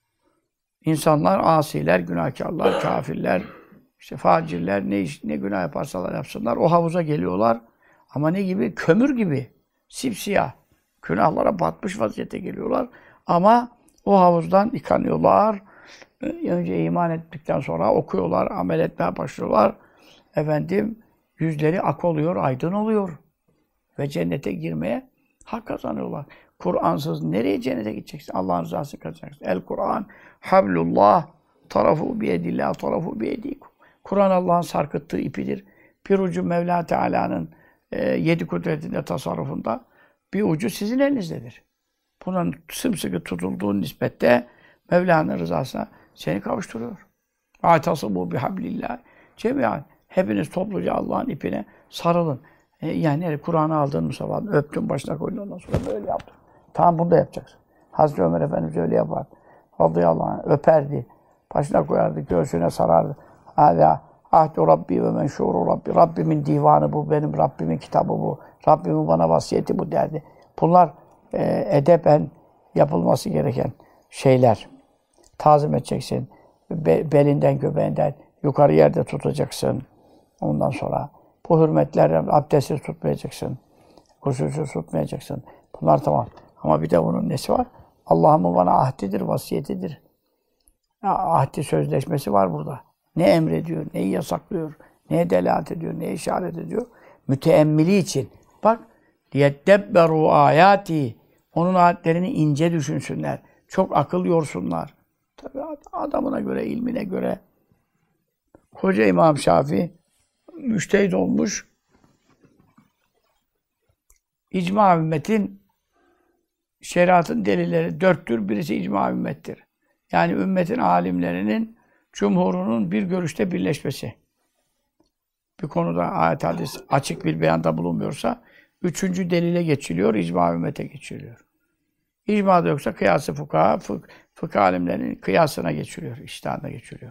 İnsanlar, asiler, günahkarlar, kafirler, işte facirler ne iş, ne günah yaparsalar yapsınlar o havuza geliyorlar. Ama ne gibi? Kömür gibi. Sipsiyah. Günahlara batmış vaziyete geliyorlar. Ama o havuzdan yıkanıyorlar. Önce iman ettikten sonra okuyorlar, amel etmeye başlıyorlar. Efendim, yüzleri ak oluyor, aydın oluyor. Ve cennete girmeye hak kazanıyorlar. Kur'ansız nereye cennete gideceksin? Allah'ın rızasını kazanacaksın. El-Kur'an, hablullah, tarafu biyedillah, tarafu biyedikum. Kur'an Allah'ın sarkıttığı ipidir. Bir ucu Mevla Teala'nın e, yedi kudretinde, tasarrufunda, bir ucu sizin elinizdedir. Bunun sımsıkı tutulduğu nispette Mevla'nın rızasına seni kavuşturuyor. A'tasıbu bihablillah. Cemiyan. Hepiniz topluca Allah'ın ipine sarılın. E, yani Kur'an'ı aldın Musa'dan, öptün, başına koydun, ondan sonra böyle yaptın. Tamam, bunu da yapacaksın. Hazreti Ömer Efendimiz öyle yapar. Radıyallahu anh, öperdi. Başına koyardı, göğsüne sarardı. Hala ahdu Rabbi ve menşuru Rabbi. Rabbimin divanı bu, benim Rabbimin kitabı bu. Rabbimin bana vasiyeti bu derdi. Bunlar e, edepen yapılması gereken şeyler. Tazim edeceksin. Be, belinden, göbeğinden yukarı yerde tutacaksın. Ondan sonra bu hürmetlerle abdestsiz tutmayacaksın. Gusülsüz tutmayacaksın. Bunlar tamam. Ama bir de bunun nesi var? Allah'ımın bana ahdidir, vasiyetidir. Ahdi sözleşmesi var burada. Ne emrediyor, neyi yasaklıyor, neye delalet ediyor, neye işaret ediyor. Müteemmili için. Bak, liyedebberu ayati. Onun ayetlerini ince düşünsünler. Çok akıl yorsunlar. Tabii adamına göre, ilmine göre. Koca İmam Şafii müştehid olmuş. İcma ümmetin şeriatın delilleri dörttür. Birisi icma ümmettir. Yani ümmetin alimlerinin, cumhurunun bir görüşte birleşmesi. Bir konuda ayet hadis açık bir beyanda bulunmuyorsa üçüncü delile geçiliyor, icma ümmete geçiliyor. İcmada yoksa kıyas-ı fukaha, fık, fıkıh alimlerinin kıyasına geçiliyor, içtihadına geçiliyor.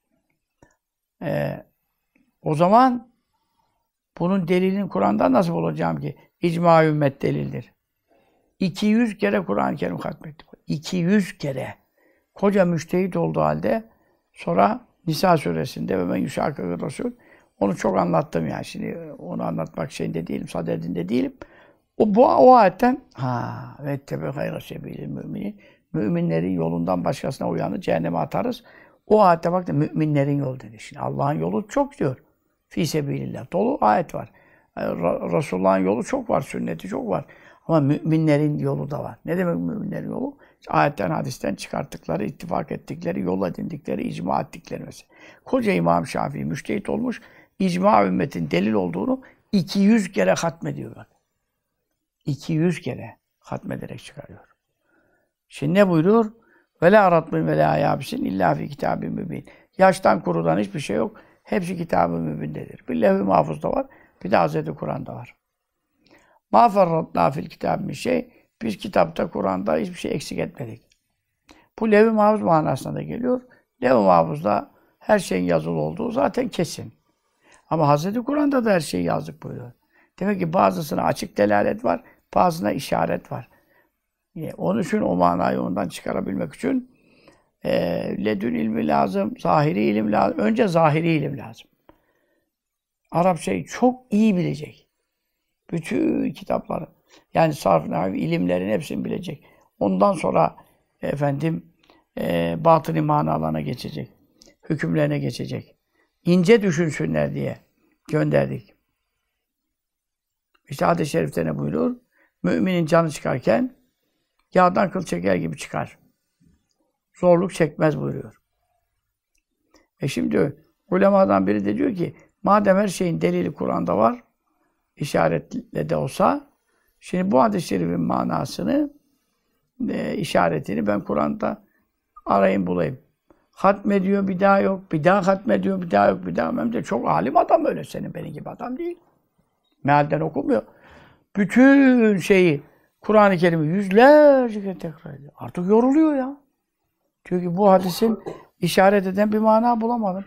Ee, o zaman bunun delilini Kur'an'dan nasıl bulacağım ki? İcma ümmet delildir. iki yüz kere Kur'an-ı Kerim hatmetti. iki yüz kere. Koca müştehit olduğu halde sonra Nisa suresinde ve men yuşâkîr Rasûl onu çok anlattım yani. Şimdi onu anlatmak şeyinde değilim, sadedinde değilim. O bu o ayetten ha ve tebe hayra sebilil müminin müminlerin yolundan başkasına uyanı cehenneme atarız. O ayette bak da müminlerin yolu dedi. Şimdi Allah'ın yolu çok diyor. Fî sebilillah. Dolu ayet var. Resulullah'ın yolu çok var, sünneti çok var. Ama müminlerin yolu da var. Ne demek müminlerin yolu? İşte ayetten, hadisten çıkarttıkları, ittifak ettikleri, yol edindikleri, icma ettikleri mesela. Koca İmam Şafii müştehit olmuş, icma ümmetin delil olduğunu iki yüz kere hatmediyor bak. iki yüz kere hatmederek çıkarıyor. Şimdi ne buyuruyor? Ve la aratmin ve la yabisin illa fi kitabin mübin. Yaştan kurudan hiçbir şey yok. Hepsi kitab-ı mübindedir. Bir levh-i mahfuzda var, bir de Hazreti Kur'an'da var. Ma ferratnâ fil kitâb bir şey. Biz kitapta, Kur'an'da hiçbir şey eksik etmedik. Bu levh-i mahfuz manasına da geliyor. Levh-i mahfuzda her şeyin yazılı olduğu zaten kesin. Ama Hazreti Kur'an'da da her şeyi yazdık buyuruyor. Demek ki bazısına açık delalet var, bazısına işaret var. Yani onun için o manayı ondan çıkarabilmek için e, ledün ilmi lazım, zahiri ilim lazım. Önce zahiri ilim lazım. Arapçayı çok iyi bilecek. Bütün kitapları, yani sarf, nahv, ilimlerin hepsini bilecek. Ondan sonra efendim e, batın-ı manalarına geçecek. Hükümlerine geçecek. İnce düşünsünler diye gönderdik. İşte hadis-i şerifte ne buyurur? Müminin canı çıkarken yağdan kıl çeker gibi çıkar. Zorluk çekmez buyuruyor. E şimdi ulemadan biri de diyor ki, madem her şeyin delili Kur'an'da var, işaretle de olsa, şimdi bu hadis-i şerifin manasını, e, işaretini ben Kur'an'da arayayım bulayım. Hatmediyor, bir daha yok. Bir daha hatmediyor, bir daha yok. Bir daha hem de çok alim adam öyle. Senin benim gibi adam değil. Mealden okumuyor. Bütün şeyi, Kur'an-ı Kerim'i yüzlerce kere tekrar ediyor. Artık yoruluyor ya. Diyor ki bu hadisin işaret eden bir mana bulamadım.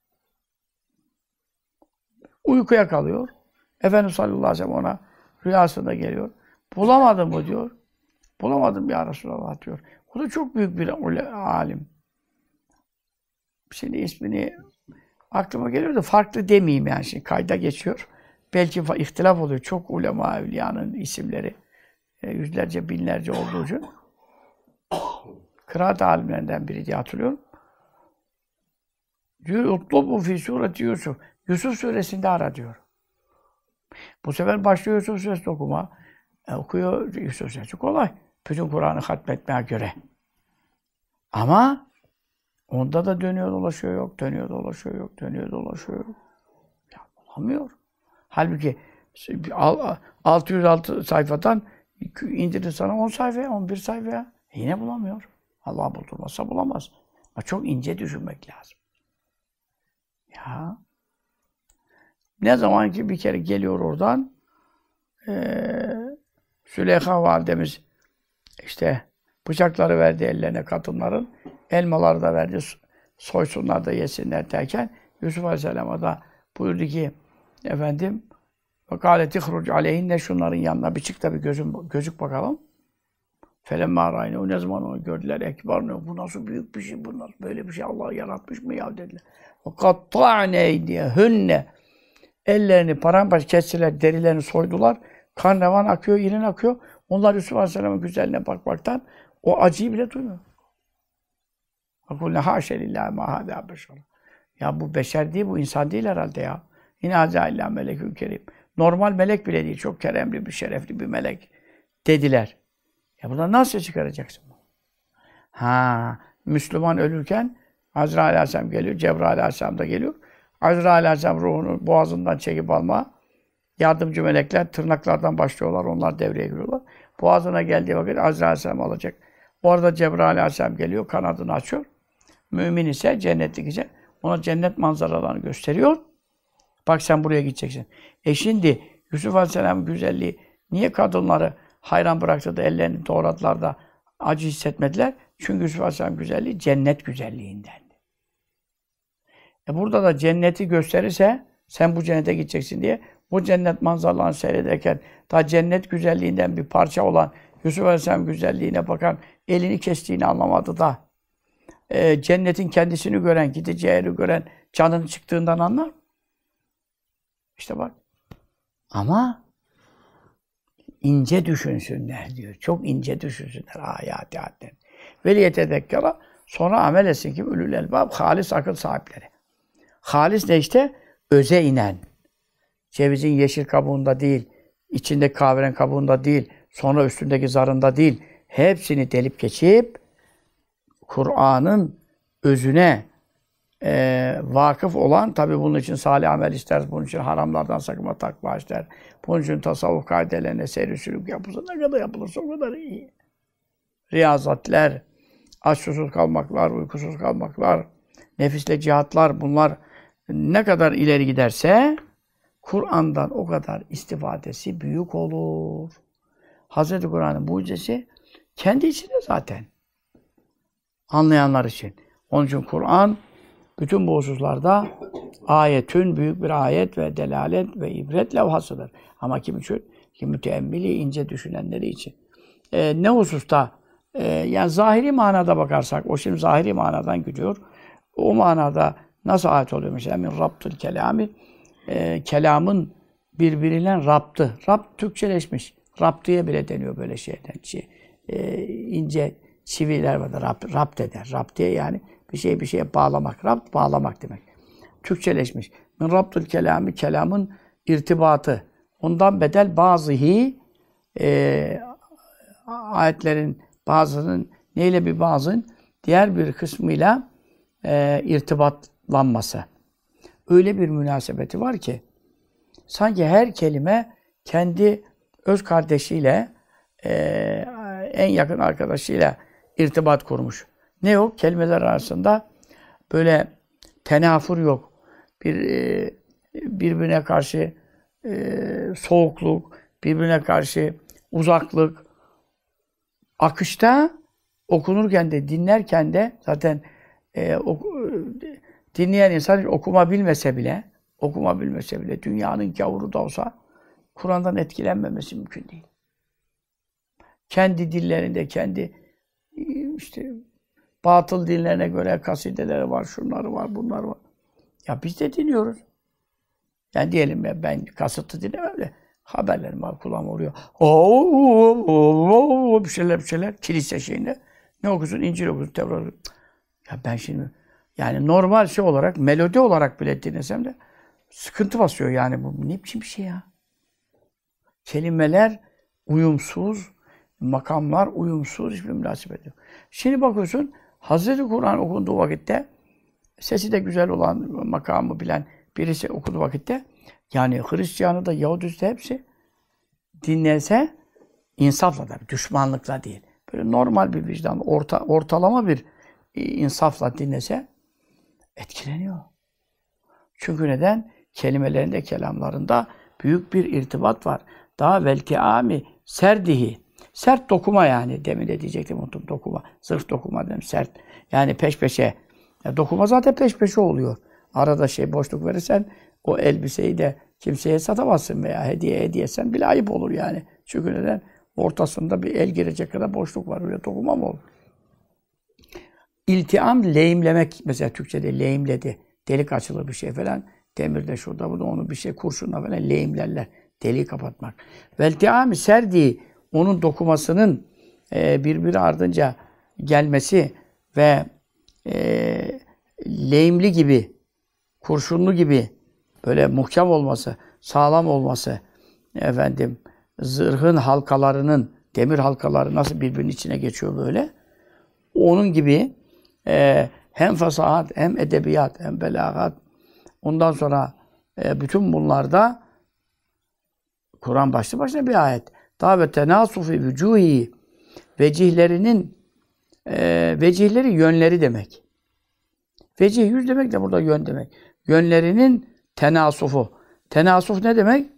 Uykuya kalıyor. Efendimiz sallallahu aleyhi ve sellem ona rüyasında geliyor. Bulamadım mı diyor. Bulamadım ya Resulallah diyor. O da çok büyük bir alim. Şimdi ismini aklıma geliyor da farklı demeyeyim yani. Şimdi kayda geçiyor. Belki ihtilaf oluyor. Çok ulema evliyanın isimleri. E, yüzlerce, binlerce olduğu için. Kıraat alimlerinden biri diye hatırlıyorum. Diyor, "Utlubu fi sureti Yusuf." Yusuf suresinde ara diyor. Bu sefer başlıyor Yusuf suresi okuma. E, okuyor Yusuf suresi. Kolay. Bütün Kur'an'ı hatmetmeye göre. Ama onda da dönüyor dolaşıyor yok, dönüyor dolaşıyor yok, dönüyor dolaşıyor yok. Ya bulamıyor. Halbuki altı yüz altı sayfadan indirir sana on sayfaya, on bir sayfaya. E yine bulamıyor. Allah buldurmazsa bulamaz. Ama çok ince düşünmek lazım. Ya. Ne zaman ki bir kere geliyor oradan ee, Süleyha validemiz işte bıçakları verdi ellerine kadınların, elmaları da verdi, soysunlar da yesinler derken Yusuf Aleyhisselam'a da buyurdu ki efendim وَقَالَتْ اِخْرُجْ عَلَيْهِنَّ şunların yanına bir çık da bir gözüm, gözük bakalım. فَلَمَّا رَيْنَ o ne zaman onu gördüler, ekber ne, bu nasıl büyük bir şey, bu nasıl böyle bir şey, Allah yaratmış mı ya dediler. وَقَطَّعْنَ اَيْدِيَهُنَّ ellerini paramparça kestiler, derilerini soydular. Kan revan akıyor, irin akıyor. Onlar Yusuf Aleyhisselam'ın güzelliğine bakmaktan o acıyı bile duymuyor. Hakulne haşe lillahi ma hâzâ beşer. Ya bu beşer değil, bu insan değil herhalde ya. İn hâzâ illâ melekün kerim. Normal melek bile değil, çok keremli bir, şerefli bir melek dediler. Ya buradan nasıl çıkaracaksın? Ha, Müslüman ölürken Azrail Aleyhisselam geliyor, Cebrail Aleyhisselam da geliyor. Azrail Aleyhisselam ruhunu boğazından çekip alma. Yardımcı melekler tırnaklardan başlıyorlar, onlar devreye giriyorlar. Boğazına geldiği vakit Azrail Aleyhisselam alacak. Orada Cebrail Aleyhisselam geliyor, kanadını açıyor. Mümin ise, cennetlik ise ona cennet manzaralarını gösteriyor. Bak sen buraya gideceksin. E şimdi Yusuf Aleyhisselam'ın güzelliği niye kadınları hayran bıraktı da ellerini doğradılar da acı hissetmediler? Çünkü Yusuf Aleyhisselam'ın güzelliği cennet güzelliğindendi. E burada da cenneti gösterirse sen bu cennete gideceksin diye bu cennet manzaralarını seyrederken daha cennet güzelliğinden bir parça olan Yusuf Aleyhisselam güzelliğine bakan elini kestiğini anlamadı da e, cennetin kendisini gören, gideceği yeri gören canının çıktığından anlar. İşte bak. Ama ince düşünsünler diyor. Çok ince düşünsünler ayat-ı ayetler. Veliyete sonra amel etsin ki ulul elbab, halis akıl sahipleri. Halis ne işte? Öze inen. Cevizin yeşil kabuğunda değil, içindeki kahverengi kabuğunda değil, sonra üstündeki zarında değil. Hepsini delip geçip Kur'an'ın özüne e, vakıf olan, tabi bunun için salih amel ister, bunun için haramlardan sakınma, takva ister, bunun için tasavvuf kaidelerine seyri sülük yapılsa ne kadar yapılırsa o kadar iyi. Riyazatler, aç susuz kalmaklar, uykusuz kalmaklar, nefisle cihatlar, bunlar ne kadar ileri giderse Kur'an'dan o kadar istifadesi büyük olur. Hazreti Kur'an'ın mucizesi kendi içinde zaten. Anlayanlar için. Onun için Kur'an bütün bu hususlarda ayetün, büyük bir ayet ve delalet ve ibret levhasıdır. Ama kim için? Kim müteemmili, ince düşünenleri için. Ee, ne hususta? Ee, yani zahiri manada bakarsak, o şimdi zahiri manadan gidiyor. O manada nasıl ayet oluyor? Mesela min rabtül kelami, e, kelamın birbiriyle raptı. Rapt Türkçeleşmiş. Raptiye bile deniyor böyle şeyden. Şey, e, ince çiviler var da rapt, rapt eder. Raptiye yani bir şey bir şeye bağlamak. Rapt bağlamak demek. Türkçeleşmiş. Min rabtül kelami, kelamın irtibatı. Ondan bedel bazıhi e, ayetlerin bazının neyle bir bazın diğer bir kısmıyla e, irtibatlanması. öyle bir münasebeti var ki sanki her kelime kendi öz kardeşiyle e, en yakın arkadaşıyla irtibat kurmuş. Ne yok? Kelimeler arasında böyle tenafur yok. Bir e, birbirine karşı e, soğukluk, birbirine karşı uzaklık. Akışta okunurken de dinlerken de zaten e, oku, dinleyen insan okuma bilmese bile okuma bilmese bile dünyanın gavuru da olsa Kur'an'dan etkilenmemesi mümkün değil. Kendi dillerinde, kendi işte batıl dinlerine göre kasideleri var, şunları var, bunlar var. Ya biz de dinliyoruz. Yani diyelim ya ben kasıtlı dinlemem de haberlerim var, kulağıma vuruyor. Oo, bir şeyler bir şeyler kilise şeyinde. Ne okuyorsun? İncil okuyorsun, Tevrat okuyorsun. Ya ben şimdi yani normal şey olarak, melodi olarak bile dinlesem de sıkıntı basıyor yani bu. Ne biçim bir şey ya? Kelimeler uyumsuz, makamlar uyumsuz, hiçbir münasebet yok. Şimdi bakıyorsun, Hazreti Kur'an okunduğu vakitte, sesi de güzel olan, makamı bilen birisi okuduğu vakitte, yani Hristiyanı da Yahudisi de hepsi dinlese, insafla da, düşmanlıkla değil. Böyle normal bir vicdan, orta, ortalama bir insafla dinlese, etkileniyor. Çünkü neden? Kelimelerinde, kelamlarında büyük bir irtibat var. Daha veltiami serdihi. Sert dokuma yani. Demin de diyecektim unuttum dokuma. Zırh dokuma dedim sert. Yani peş peşe. Ya dokuma zaten peş peşe oluyor. Arada şey boşluk verirsen o elbiseyi de kimseye satamazsın veya hediye hediye etsen bile ayıp olur yani. Çünkü neden? Ortasında bir el girecek kadar boşluk var. Öyle dokuma mı olur? İltiam lehimlemek. Mesela Türkçe'de lehimledi. Delik açılır bir şey falan. Demirde şurada burada onu bir şey kurşunla falan lehimlerler. Deliği kapatmak. Veltiami serdi, onun dokumasının e, birbiri ardınca gelmesi ve e, lehimli gibi, kurşunlu gibi böyle muhkem olması, sağlam olması, efendim zırhın halkalarının, demir halkaları nasıl birbirinin içine geçiyor böyle. Onun gibi e, hem fasahat, hem edebiyat, hem belagat, ondan sonra e, bütün bunlarda Kur'an başlı başına bir ayet. Davet tenasufi vücuhi, vecihlerinin e, vecihleri yönleri demek. Vecih yüz demek de burada yön demek. Yönlerinin tenasufu. Tenasuf ne demek?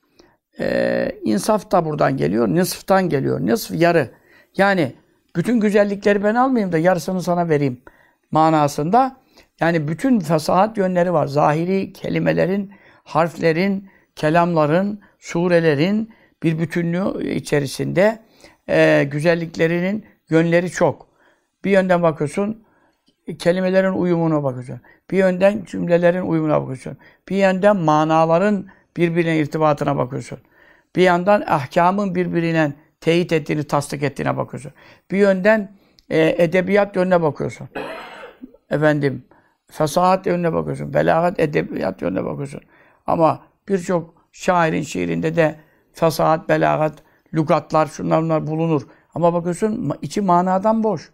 E, insaf da buradan geliyor, nısftan geliyor. Nısf yarı. Yani bütün güzellikleri ben almayayım da yarısını sana vereyim manasında. Yani bütün fesahat yönleri var. Zahiri kelimelerin, harflerin, kelamların, surelerin bir bütünlüğü içerisinde e, güzelliklerinin yönleri çok. Bir yönden bakıyorsun, kelimelerin uyumuna bakıyorsun. Bir yönden cümlelerin uyumuna bakıyorsun. Bir yönden manaların birbirine irtibatına bakıyorsun. Bir yandan ahkamın birbirine teyit ettiğini, tasdik ettiğine bakıyorsun. Bir yönden e, edebiyat yönüne bakıyorsun. Efendim, fesahat yönüne bakıyorsun. Belagat, edebiyat yönüne bakıyorsun. Ama birçok şairin şiirinde de fesahat, belagat, lügatlar, şunlar bunlar bulunur. Ama bakıyorsun içi manadan boş.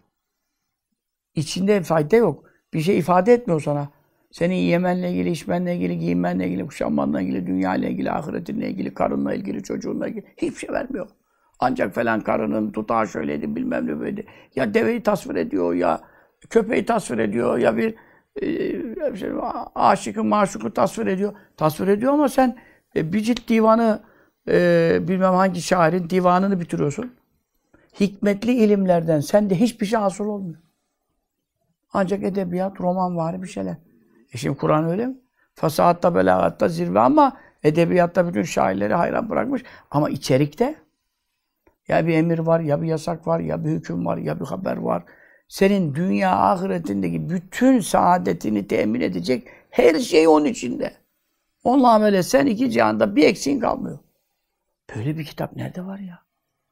İçinde fayda yok. Bir şey ifade etmiyor sana. Senin yemenle ilgili, içmenle ilgili, giyinmenle ilgili, kuşanmanla ilgili, dünyayla ilgili, ahiretinle ilgili, karınla ilgili, çocuğunla ilgili hiçbir şey vermiyor. Ancak falan karının tutağı şöyleydi, bilmem ne böyleydi. Ya deveyi tasvir ediyor, ya köpeği tasvir ediyor, ya bir e, şey, aşıkı, maşuku tasvir ediyor. Tasvir ediyor ama sen e, bir cilt divanı, e, bilmem hangi şairin divanını bitiriyorsun. Hikmetli ilimlerden sende hiçbir şey hasıl olmuyor. Ancak edebiyat, roman var bir şeyler. E şimdi Kur'an öyle mi? Fasahatta, belagatta zirve ama edebiyatta bütün şairleri hayran bırakmış. Ama içerikte ya bir emir var, ya bir yasak var, ya bir hüküm var, ya bir haber var. Senin dünya ahiretindeki bütün saadetini temin edecek her şey onun içinde. Onunla amel etsen iki cihanda bir eksiğin kalmıyor. Böyle bir kitap nerede var ya?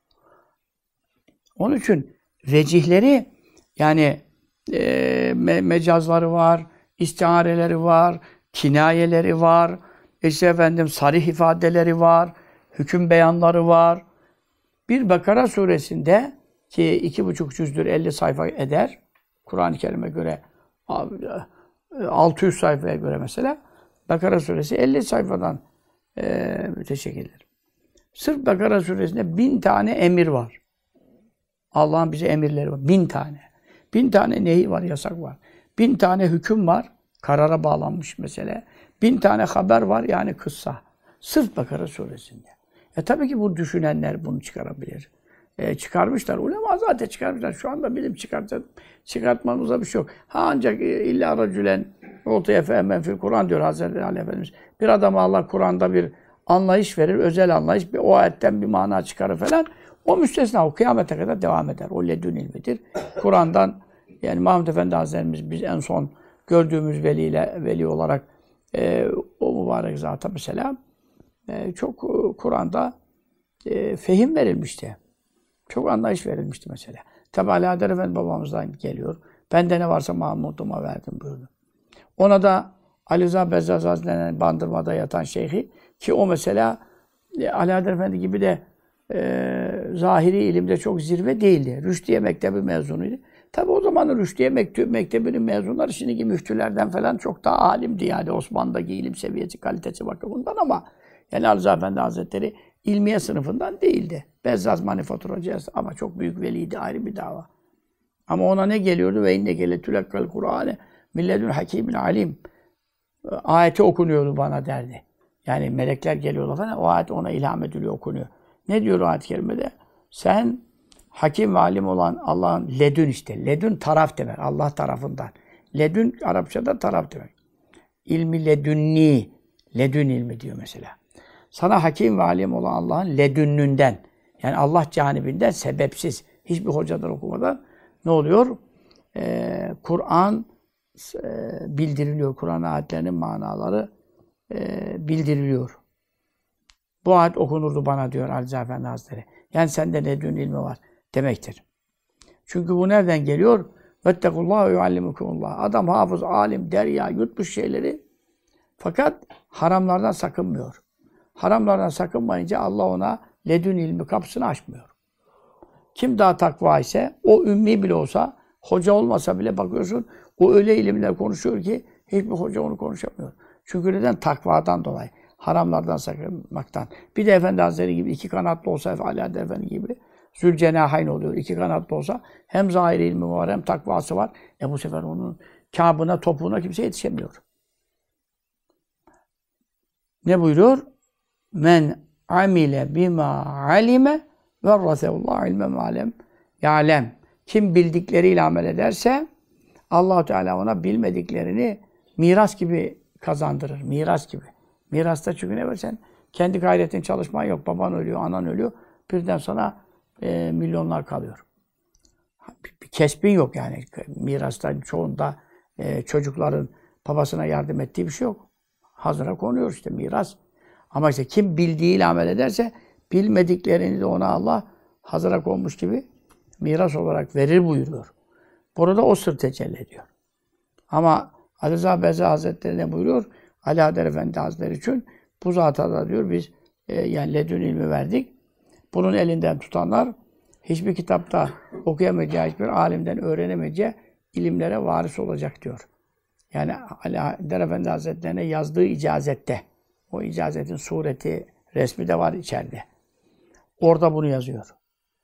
Onun için vecihleri yani e, me mecazları var, istiareleri var, kinayeleri var, işte efendim sarih ifadeleri var, hüküm beyanları var. Bir Bakara suresinde ki iki buçuk cüzdür elli sayfa eder. Kur'an-ı Kerim'e göre altı yüz sayfaya göre mesela Bakara suresi elli sayfadan e, müteşekkildir. Sırf Bakara suresinde bin tane emir var. Allah'ın bize emirleri var. Bin tane. Bin tane nehi var, yasak var. Bin tane hüküm var. Karara bağlanmış mesele. Bin tane haber var, yani kıssa. Sırf Bakara suresinde. E tabii ki bu düşünenler bunu çıkarabilir. E, çıkarmışlar. Ulema zaten çıkarmışlar. Şu anda bilim çıkartacak. Çıkartmamıza bir şey yok. Ha ancak e, illa racülen ortaya fehmen fil Kur'an diyor Hazreti Ali Efendimiz. Bir adama Allah Kur'an'da bir anlayış verir, özel anlayış. Bir, o ayetten bir mana çıkarır falan. O müstesna. O kıyamete kadar devam eder. O ledün ilmidir. Kur'an'dan yani Mahmud Efendi Hazretlerimiz biz en son gördüğümüz veliyle veli olarak e, o mübarek zata mesela e, çok e, Kur'an'da e, fehim verilmişti. Çok anlayış verilmişti mesela. Tabi Ali Adel Efendi babamızdan geliyor. Bende ne varsa Mahmud'uma verdim buyurdu. Ona da Ali Rıza Bezzaz Hazretleri'nin Bandırma'da yatan şeyhi ki o mesela e, Ali Adel Efendi gibi de e, zahiri ilimde çok zirve değildi. Rüşdiye Mektebi mezunuydu. Tabi o zamanın Rüşdiye Mekteb, Mektebi'nin mezunları şimdiki müftülerden falan çok daha alimdi yani Osmanlı'daki ilim seviyesi, kalitesi bakımından ama yani Ali Rıza Efendi Hazretleri ilmiye sınıfından değildi. Bezzaz manifaturacı ama çok büyük veliydi, ayrı bir dava. Ama ona ne geliyordu? Ve inne gele tülekkal Kur'ane milledün hakimin alim. Ayeti okunuyordu bana derdi. Yani melekler geliyorlar falan, o ayet ona ilham ediliyor, okunuyor. Ne diyor o ayet-i kerimede? Sen hakim ve alim olan Allah'ın ledün işte. Ledün taraf demek. Allah tarafından. Ledün Arapçada taraf demek. İlmi ledünni. Ledün ilmi diyor mesela. Sana hakim ve alim olan Allah'ın ledünnünden. Yani Allah canibinden sebepsiz. Hiçbir hocadan okumadan ne oluyor? Ee, Kur'an e, bildiriliyor. Kur'an ayetlerinin manaları e, bildiriliyor. Bu ayet okunurdu bana diyor Ali Rıza Efendi Hazretleri. Yani sende ledün ilmi var demektir. Çünkü bu nereden geliyor? Vettekullahu yuallimukumullah. Adam hafız, alim, derya, yutmuş şeyleri fakat haramlardan sakınmıyor. Haramlardan sakınmayınca Allah ona ledün ilmi kapısını açmıyor. Kim daha takva ise, o ümmi bile olsa, hoca olmasa bile bakıyorsun, o öyle ilimler konuşuyor ki hiçbir hoca onu konuşamıyor. Çünkü neden? Takvadan dolayı. Haramlardan sakınmaktan. Bir de Efendi Hazretleri gibi iki kanatlı olsa, Ali Adel Efendi gibi Zülcenahayn oluyor. İki kanatlı olsa hem zahiri ilmi var hem takvası var. E bu sefer onun kâbına, topuğuna kimse yetişemiyor. Ne buyuruyor? Men amile bima alime verraseullah ilmem alem ya'lem. Kim bildikleriyle amel ederse Allah Teala ona bilmediklerini miras gibi kazandırır. Miras gibi. Mirasta çünkü ne var sen? Kendi gayretin çalışman yok. Baban ölüyor, anan ölüyor. Birden sana e, milyonlar kalıyor. Bir, bir kesbin yok yani. Mirasta çoğunda e, çocukların babasına yardım ettiği bir şey yok. Hazıra konuyor işte miras. Ama işte kim bildiğiyle amel ederse bilmediklerini de ona Allah hazıra konmuş gibi miras olarak verir buyuruyor. Burada o sır tecelli ediyor. Ama Ali Rıza Bezzaz Hazretleri ne buyuruyor? Ali Adel Efendi Hazretleri için bu zata da diyor biz e, yani ledün ilmi verdik. Bunun elinden tutanlar hiçbir kitapta okuyamayacağı, hiçbir alimden öğrenemeyeceği ilimlere varis olacak diyor. Yani Ali Adel Efendi Hazretlerine yazdığı icazette, o icazetin sureti, resmi de var içeride. Orada bunu yazıyor.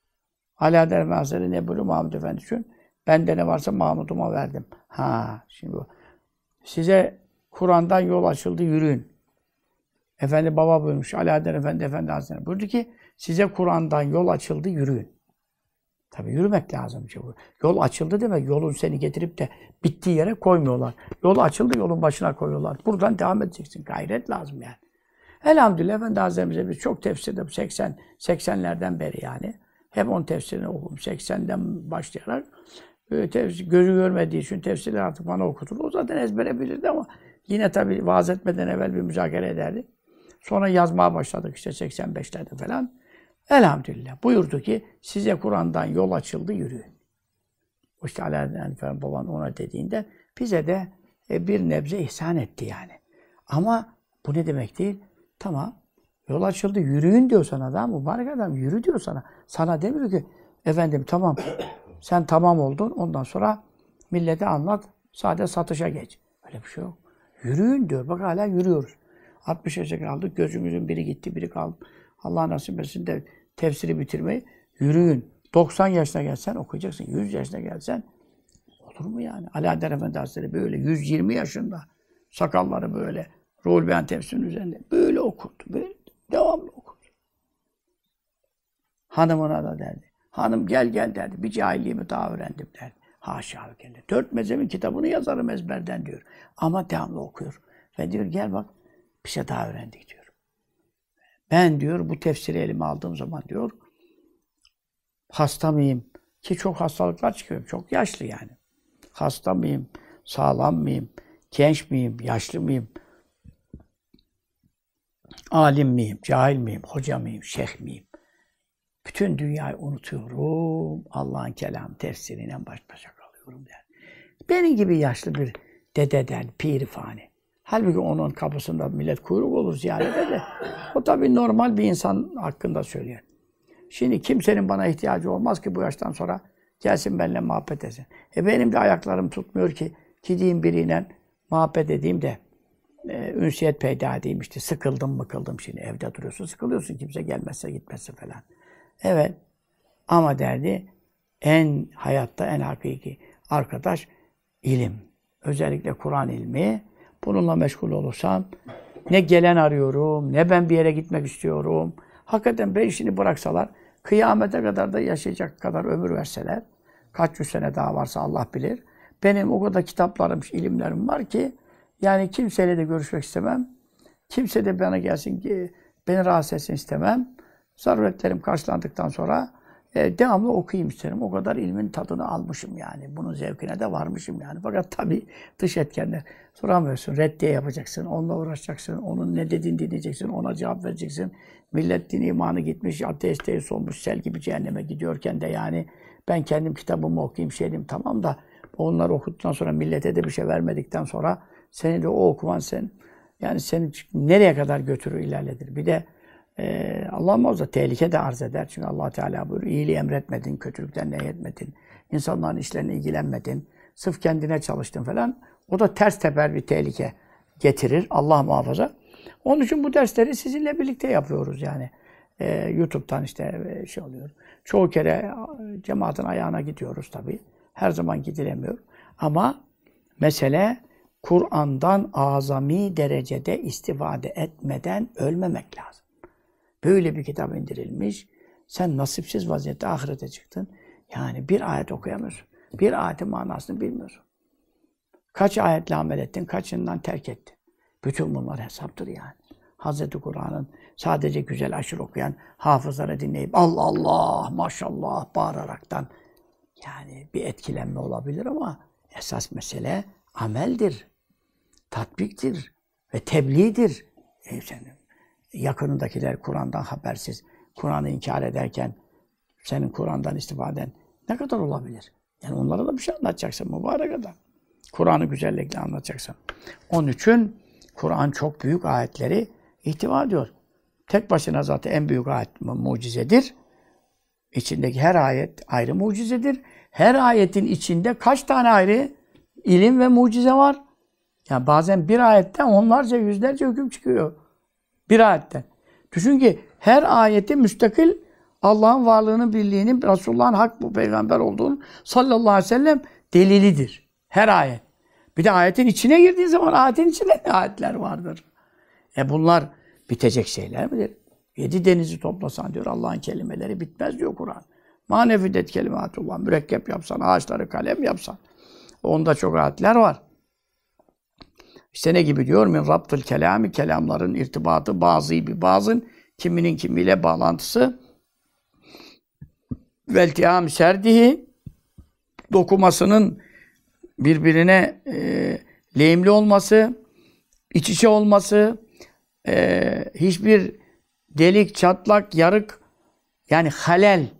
Ali Adel Efendi Hazretleri ne buyuruyor Mahmud Efendi için? Bende ne varsa Mahmud'uma verdim. Ha, şimdi bu. Size Kur'an'dan yol açıldı, yürüyün. Efendi baba buyurmuş, Ali Adel Efendi Efendi Hazretleri buyurdu ki, size Kur'an'dan yol açıldı, yürüyün. Tabii yürümek lazım. Yol açıldı demek, yolun seni getirip de bittiği yere koymuyorlar. Yol açıldı, yolun başına koyuyorlar. Buradan devam edeceksin. Gayret lazım yani. Elhamdülillah Efendi Hazretlerimize biz çok tefsirde, seksen, seksenlerden beri yani. Hep onun tefsirini okumuş. seksenden başlayarak. Tefsir, gözü görmediği için tefsirler artık bana okutur. O zaten ezbere bilirdi ama yine tabii vaaz etmeden evvel bir müzakere ederdi. Sonra yazmaya başladık işte seksen beşlerde falan. Elhamdülillah. Buyurdu ki size Kur'an'dan yol açıldı, yürüyün. O işte Alaaddin Efendi baban ona dediğinden bize de bir nebze ihsan etti yani. Ama bu ne demek değil? Tamam. Yol açıldı, yürüyün diyor sana adam. Mübarek adam yürü diyor sana. Sana demiyor ki efendim tamam. Sen tamam oldun. Ondan sonra millete anlat. Sadece satışa geç. Öyle bir şey yok. Yürüyün diyor. Bak hala yürüyoruz. altmış yaşa kaldık. Gözümüzün biri gitti, biri kaldı. Allah nasip etsin de tefsiri bitirmeyi. Yürüyün. doksan yaşına gelsen okuyacaksın. yüz yaşına gelsen olur mu yani? Alaeddin Efendi Hazretleri böyle yüz yirmi yaşında. Sakalları böyle. Ruhul Beyan tefsirinin üzerinde. Böyle okurdu. Böyle devamlı okurdu. Hanımına da derdi. Hanım gel gel derdi. Bir cahilliğimi daha öğrendim derdi. Haşa ve kelle. Dört mezhebin kitabını yazarım ezberden diyor. Ama devamlı okuyor. Ve diyor gel bak bir şey daha öğrendik diyor. Ben diyor bu tefsiri elime aldığım zaman diyor hasta mıyım? Ki çok hastalıklar çıkıyor. Çok yaşlı yani. Hasta mıyım? Sağlam mıyım? Genç miyim? Yaşlı mıyım? Alim miyim? Cahil miyim? Hoca mıyım? Şeyh miyim? Bütün dünyayı unutuyorum. Allah'ın kelamı tefsiriyle baş başa kalıyorum der. Benim gibi yaşlı bir dededen, piri fani. Halbuki onun kapısında millet kuyruk olur ziyarete de. O tabii normal bir insan hakkında söylüyor. Şimdi kimsenin bana ihtiyacı olmaz ki bu yaştan sonra gelsin benimle muhabbet etsin. E benim de ayaklarım tutmuyor ki gideyim biriyle muhabbet edeyim de e, ünsiyet peyda edeyim işte. Sıkıldım mıkıldım şimdi evde duruyorsun sıkılıyorsun kimse gelmezse gitmezse falan. Evet ama derdi en hayatta en hakiki arkadaş ilim. Özellikle Kur'an ilmi. Bununla meşgul olursam ne gelen arıyorum ne ben bir yere gitmek istiyorum. Hakikaten ben işini bıraksalar kıyamete kadar da yaşayacak kadar ömür verseler kaç yüz sene daha varsa Allah bilir. Benim o kadar kitaplarım, ilimlerim var ki yani kimseyle de görüşmek istemem. Kimse de bana gelsin ki beni rahatsız etsin istemem. Zaruretlerim karşılandıktan sonra e, devamlı okuyayım isterim. O kadar ilmin tadını almışım yani. Bunun zevkine de varmışım yani. Fakat tabii dış etkenler soramıyorsun. Reddiye yapacaksın. Onunla uğraşacaksın. Onun ne dediğini dinleyeceksin. Ona cevap vereceksin. Millet din imanı gitmiş. Ateist teist olmuş. Sel gibi cehenneme gidiyorken de yani ben kendim kitabımı okuyayım şey diyeyim. Tamam da onları okuduktan sonra millete de bir şey vermedikten sonra seni de o okuman sen yani seni nereye kadar götürür ilerledir. Bir de Ee, Allah muhafaza tehlike de arz eder. Çünkü Allah Teala buyuruyor, iyiliği emretmedin, kötülükten nehyetmedin, insanların işlerine ilgilenmedin, sırf kendine çalıştın falan. O da ters teper bir tehlike getirir. Allah muhafaza. Onun için bu dersleri sizinle birlikte yapıyoruz yani. Ee, YouTube'dan işte şey oluyor. Çoğu kere cemaatin ayağına gidiyoruz tabii. Her zaman gidilemiyor. Ama mesele Kur'an'dan azami derecede istifade etmeden ölmemek lazım. Böyle bir kitap indirilmiş. Sen nasipsiz vaziyette ahirete çıktın. Yani bir ayet okuyamıyorsun. Bir ayetin manasını bilmiyorsun. Kaç ayetle amel ettin, kaçından terk ettin. Bütün bunlar hesaptır yani. Hazreti Kur'an'ın sadece güzel aşırı okuyan hafızları dinleyip Allah Allah maşallah bağıraraktan yani bir etkilenme olabilir ama esas mesele ameldir, tatbiktir ve tebliğdir. E senin yakınındakiler Kur'an'dan habersiz, Kur'an'ı inkar ederken senin Kur'an'dan istifaden ne kadar olabilir? Yani onlara da bir şey anlatacaksın mübarek adam. Kur'an'ı güzellikle anlatacaksın. Onun için Kur'an çok büyük ayetleri ihtiva ediyor. Tek başına zaten en büyük ayet mucizedir. İçindeki her ayet ayrı mucizedir. Her ayetin içinde kaç tane ayrı ilim ve mucize var? Yani bazen bir ayetten onlarca, yüzlerce hüküm çıkıyor. Bir ayetten. Düşün ki her ayeti müstakil Allah'ın varlığının, birliğinin, Resulullah'ın hak bu peygamber olduğunu sallallahu aleyhi ve sellem delilidir. Her ayet. Bir de ayetin içine girdiğin zaman ayetin içinde ne ayetler vardır? E bunlar bitecek şeyler midir? Yedi denizi toplasan diyor Allah'ın kelimeleri bitmez diyor Kur'an. Manefidet kelimatullah. Mürekkep yapsan, ağaçları kalem yapsan. Onda çok ayetler var. İşte ne gibi diyor? Min rabtıl kelami, kelamların irtibatı, bazı bir bazın, kiminin kimiyle bağlantısı. Veltiham serdihi, dokumasının birbirine e, lehimli olması, iç içe olması, e, hiçbir delik, çatlak, yarık, yani halel,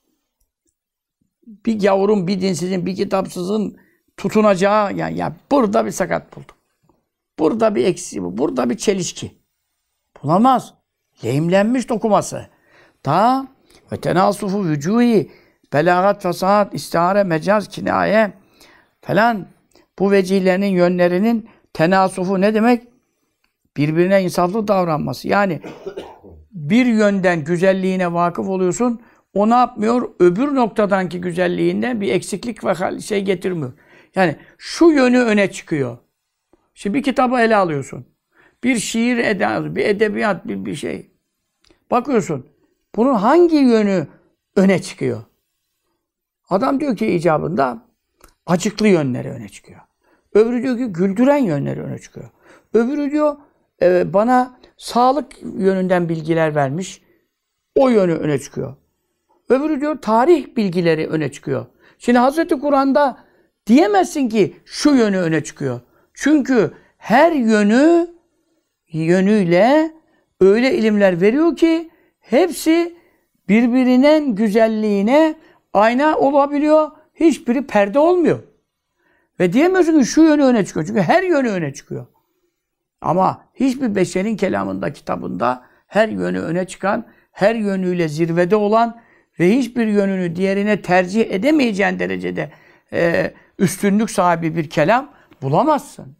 bir gavurun, bir dinsizin, bir kitapsızın tutunacağı, yani ya burada bir sakat buldum. Burada bir eksiği bu, burada bir çelişki. Bulamaz. Lehimlenmiş dokuması. Daha ve tenasufu vücuhi, belagat, fasahat, istihare, mecaz, kinaye falan bu vecihlerinin, yönlerinin Tenasufu ne demek? Birbirine insaflı davranması. Yani bir yönden güzelliğine vakıf oluyorsun. O ne yapmıyor? Öbür noktadanki güzelliğinden bir eksiklik ve şey getirmiyor. Yani şu yönü öne çıkıyor. Şimdi bir kitabı ele alıyorsun. Bir şiir, eda, bir edebiyat, bir, bir şey. Bakıyorsun. Bunun hangi yönü öne çıkıyor? Adam diyor ki icabında acıklı yönleri öne çıkıyor. Öbürü diyor ki güldüren yönleri öne çıkıyor. Öbürü diyor e, bana sağlık yönünden bilgiler vermiş. O yönü öne çıkıyor. Öbürü diyor tarih bilgileri öne çıkıyor. Şimdi Hazreti Kur'an'da diyemezsin ki şu yönü öne çıkıyor. Çünkü her yönü yönüyle öyle ilimler veriyor ki hepsi birbirinin güzelliğine ayna olabiliyor. Hiçbiri perde olmuyor. Ve diyemiyorsun ki şu yönü öne çıkıyor. Çünkü her yönü öne çıkıyor. Ama hiçbir beşerin kelamında, kitabında her yönü öne çıkan, her yönüyle zirvede olan ve hiçbir yönünü diğerine tercih edemeyeceğin derecede e, üstünlük sahibi bir kelam bulamazsın.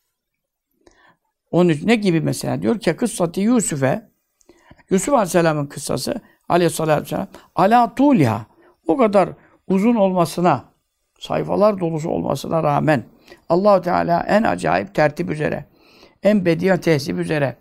Onun için ne gibi mesela diyor ki kıssati Yusuf'e Yusuf Aleyhisselam'ın kıssası Aleyhisselatü Vesselam ala tuliha o kadar uzun olmasına sayfalar dolusu olmasına rağmen Allah-u Teala en acayip tertip üzere en bediye tehsip üzere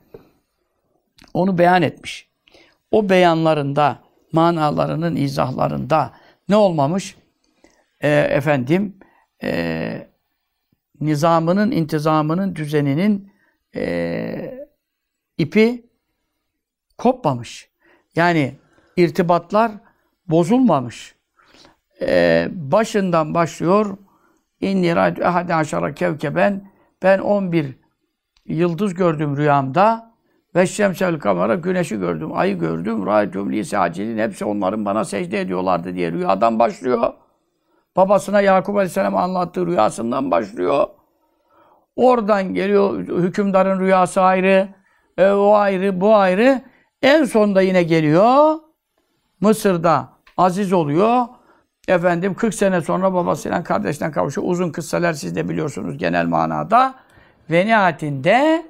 onu beyan etmiş. O beyanlarında manalarının izahlarında ne olmamış? E, efendim e, nizamının, intizamının, düzeninin e, ipi kopmamış. Yani irtibatlar bozulmamış. E, başından başlıyor. İnni râidü ehade aşara kevkeben. Ben on bir yıldız gördüm rüyamda. Ve şemsel kamera güneşi gördüm, ayı gördüm. Râidüm li sâcidin. Hepsi onların bana secde ediyorlardı diye rüyadan başlıyor. Babasına Yakup Aleyhisselam anlattığı rüyasından başlıyor. Oradan geliyor hükümdarın rüyası ayrı, e, o ayrı, bu ayrı. En sonda yine geliyor. Mısır'da aziz oluyor. Efendim kırk sene sonra babasıyla kardeşten kavuşuyor. Uzun kıssalar siz de biliyorsunuz genel manada. Ve nihayetinde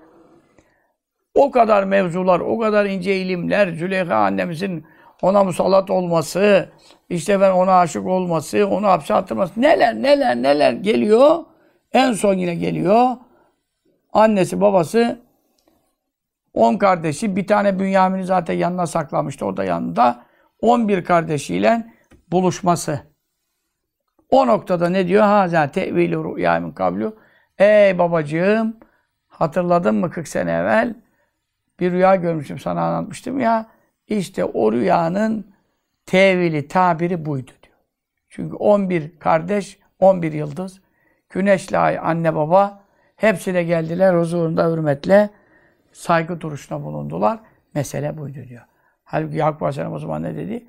o kadar mevzular, o kadar ince ilimler, Züleyha annemizin ona musallat olması, işte ben ona aşık olması, onu hapse attırması, neler neler neler geliyor. En son yine geliyor. Annesi, babası, on kardeşi, bir tane Bünyamin'i zaten yanına saklamıştı, o da yanında. on bir kardeşiyle buluşması. O noktada ne diyor? Hâzâ te'vîlü rü'yâ min kablu. Ey babacığım, hatırladın mı kırk sene evvel? Bir rüya görmüştüm, sana anlatmıştım ya. İşte o rüyanın tevili, tabiri buydu diyor. Çünkü on bir kardeş, on bir yıldız, güneşle ay, anne baba, hepsi de geldiler huzurunda hürmetle, saygı duruşuna bulundular. Mesele buydu diyor. Halbuki Yakup Aleyhisselam o zaman ne dedi?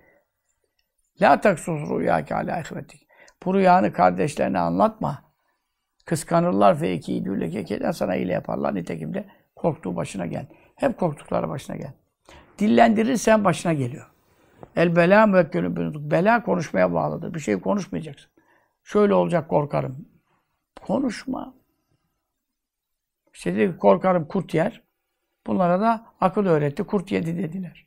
La taksus rüyâke alâ ihvetik. Bu rüyanı kardeşlerine anlatma. Kıskanırlar ve iki idülleke keden sana iyile yaparlar. Nitekim de korktuğu başına gel. Hep korktukları başına gel. Dillendirirsen başına geliyor. El bela müekkelü bünuduk. Bela konuşmaya bağlıdır. Bir şey konuşmayacaksın. Şöyle olacak korkarım. Konuşma. İşte dedi korkarım kurt yer. Bunlara da akıl öğretti. Kurt yedi dediler.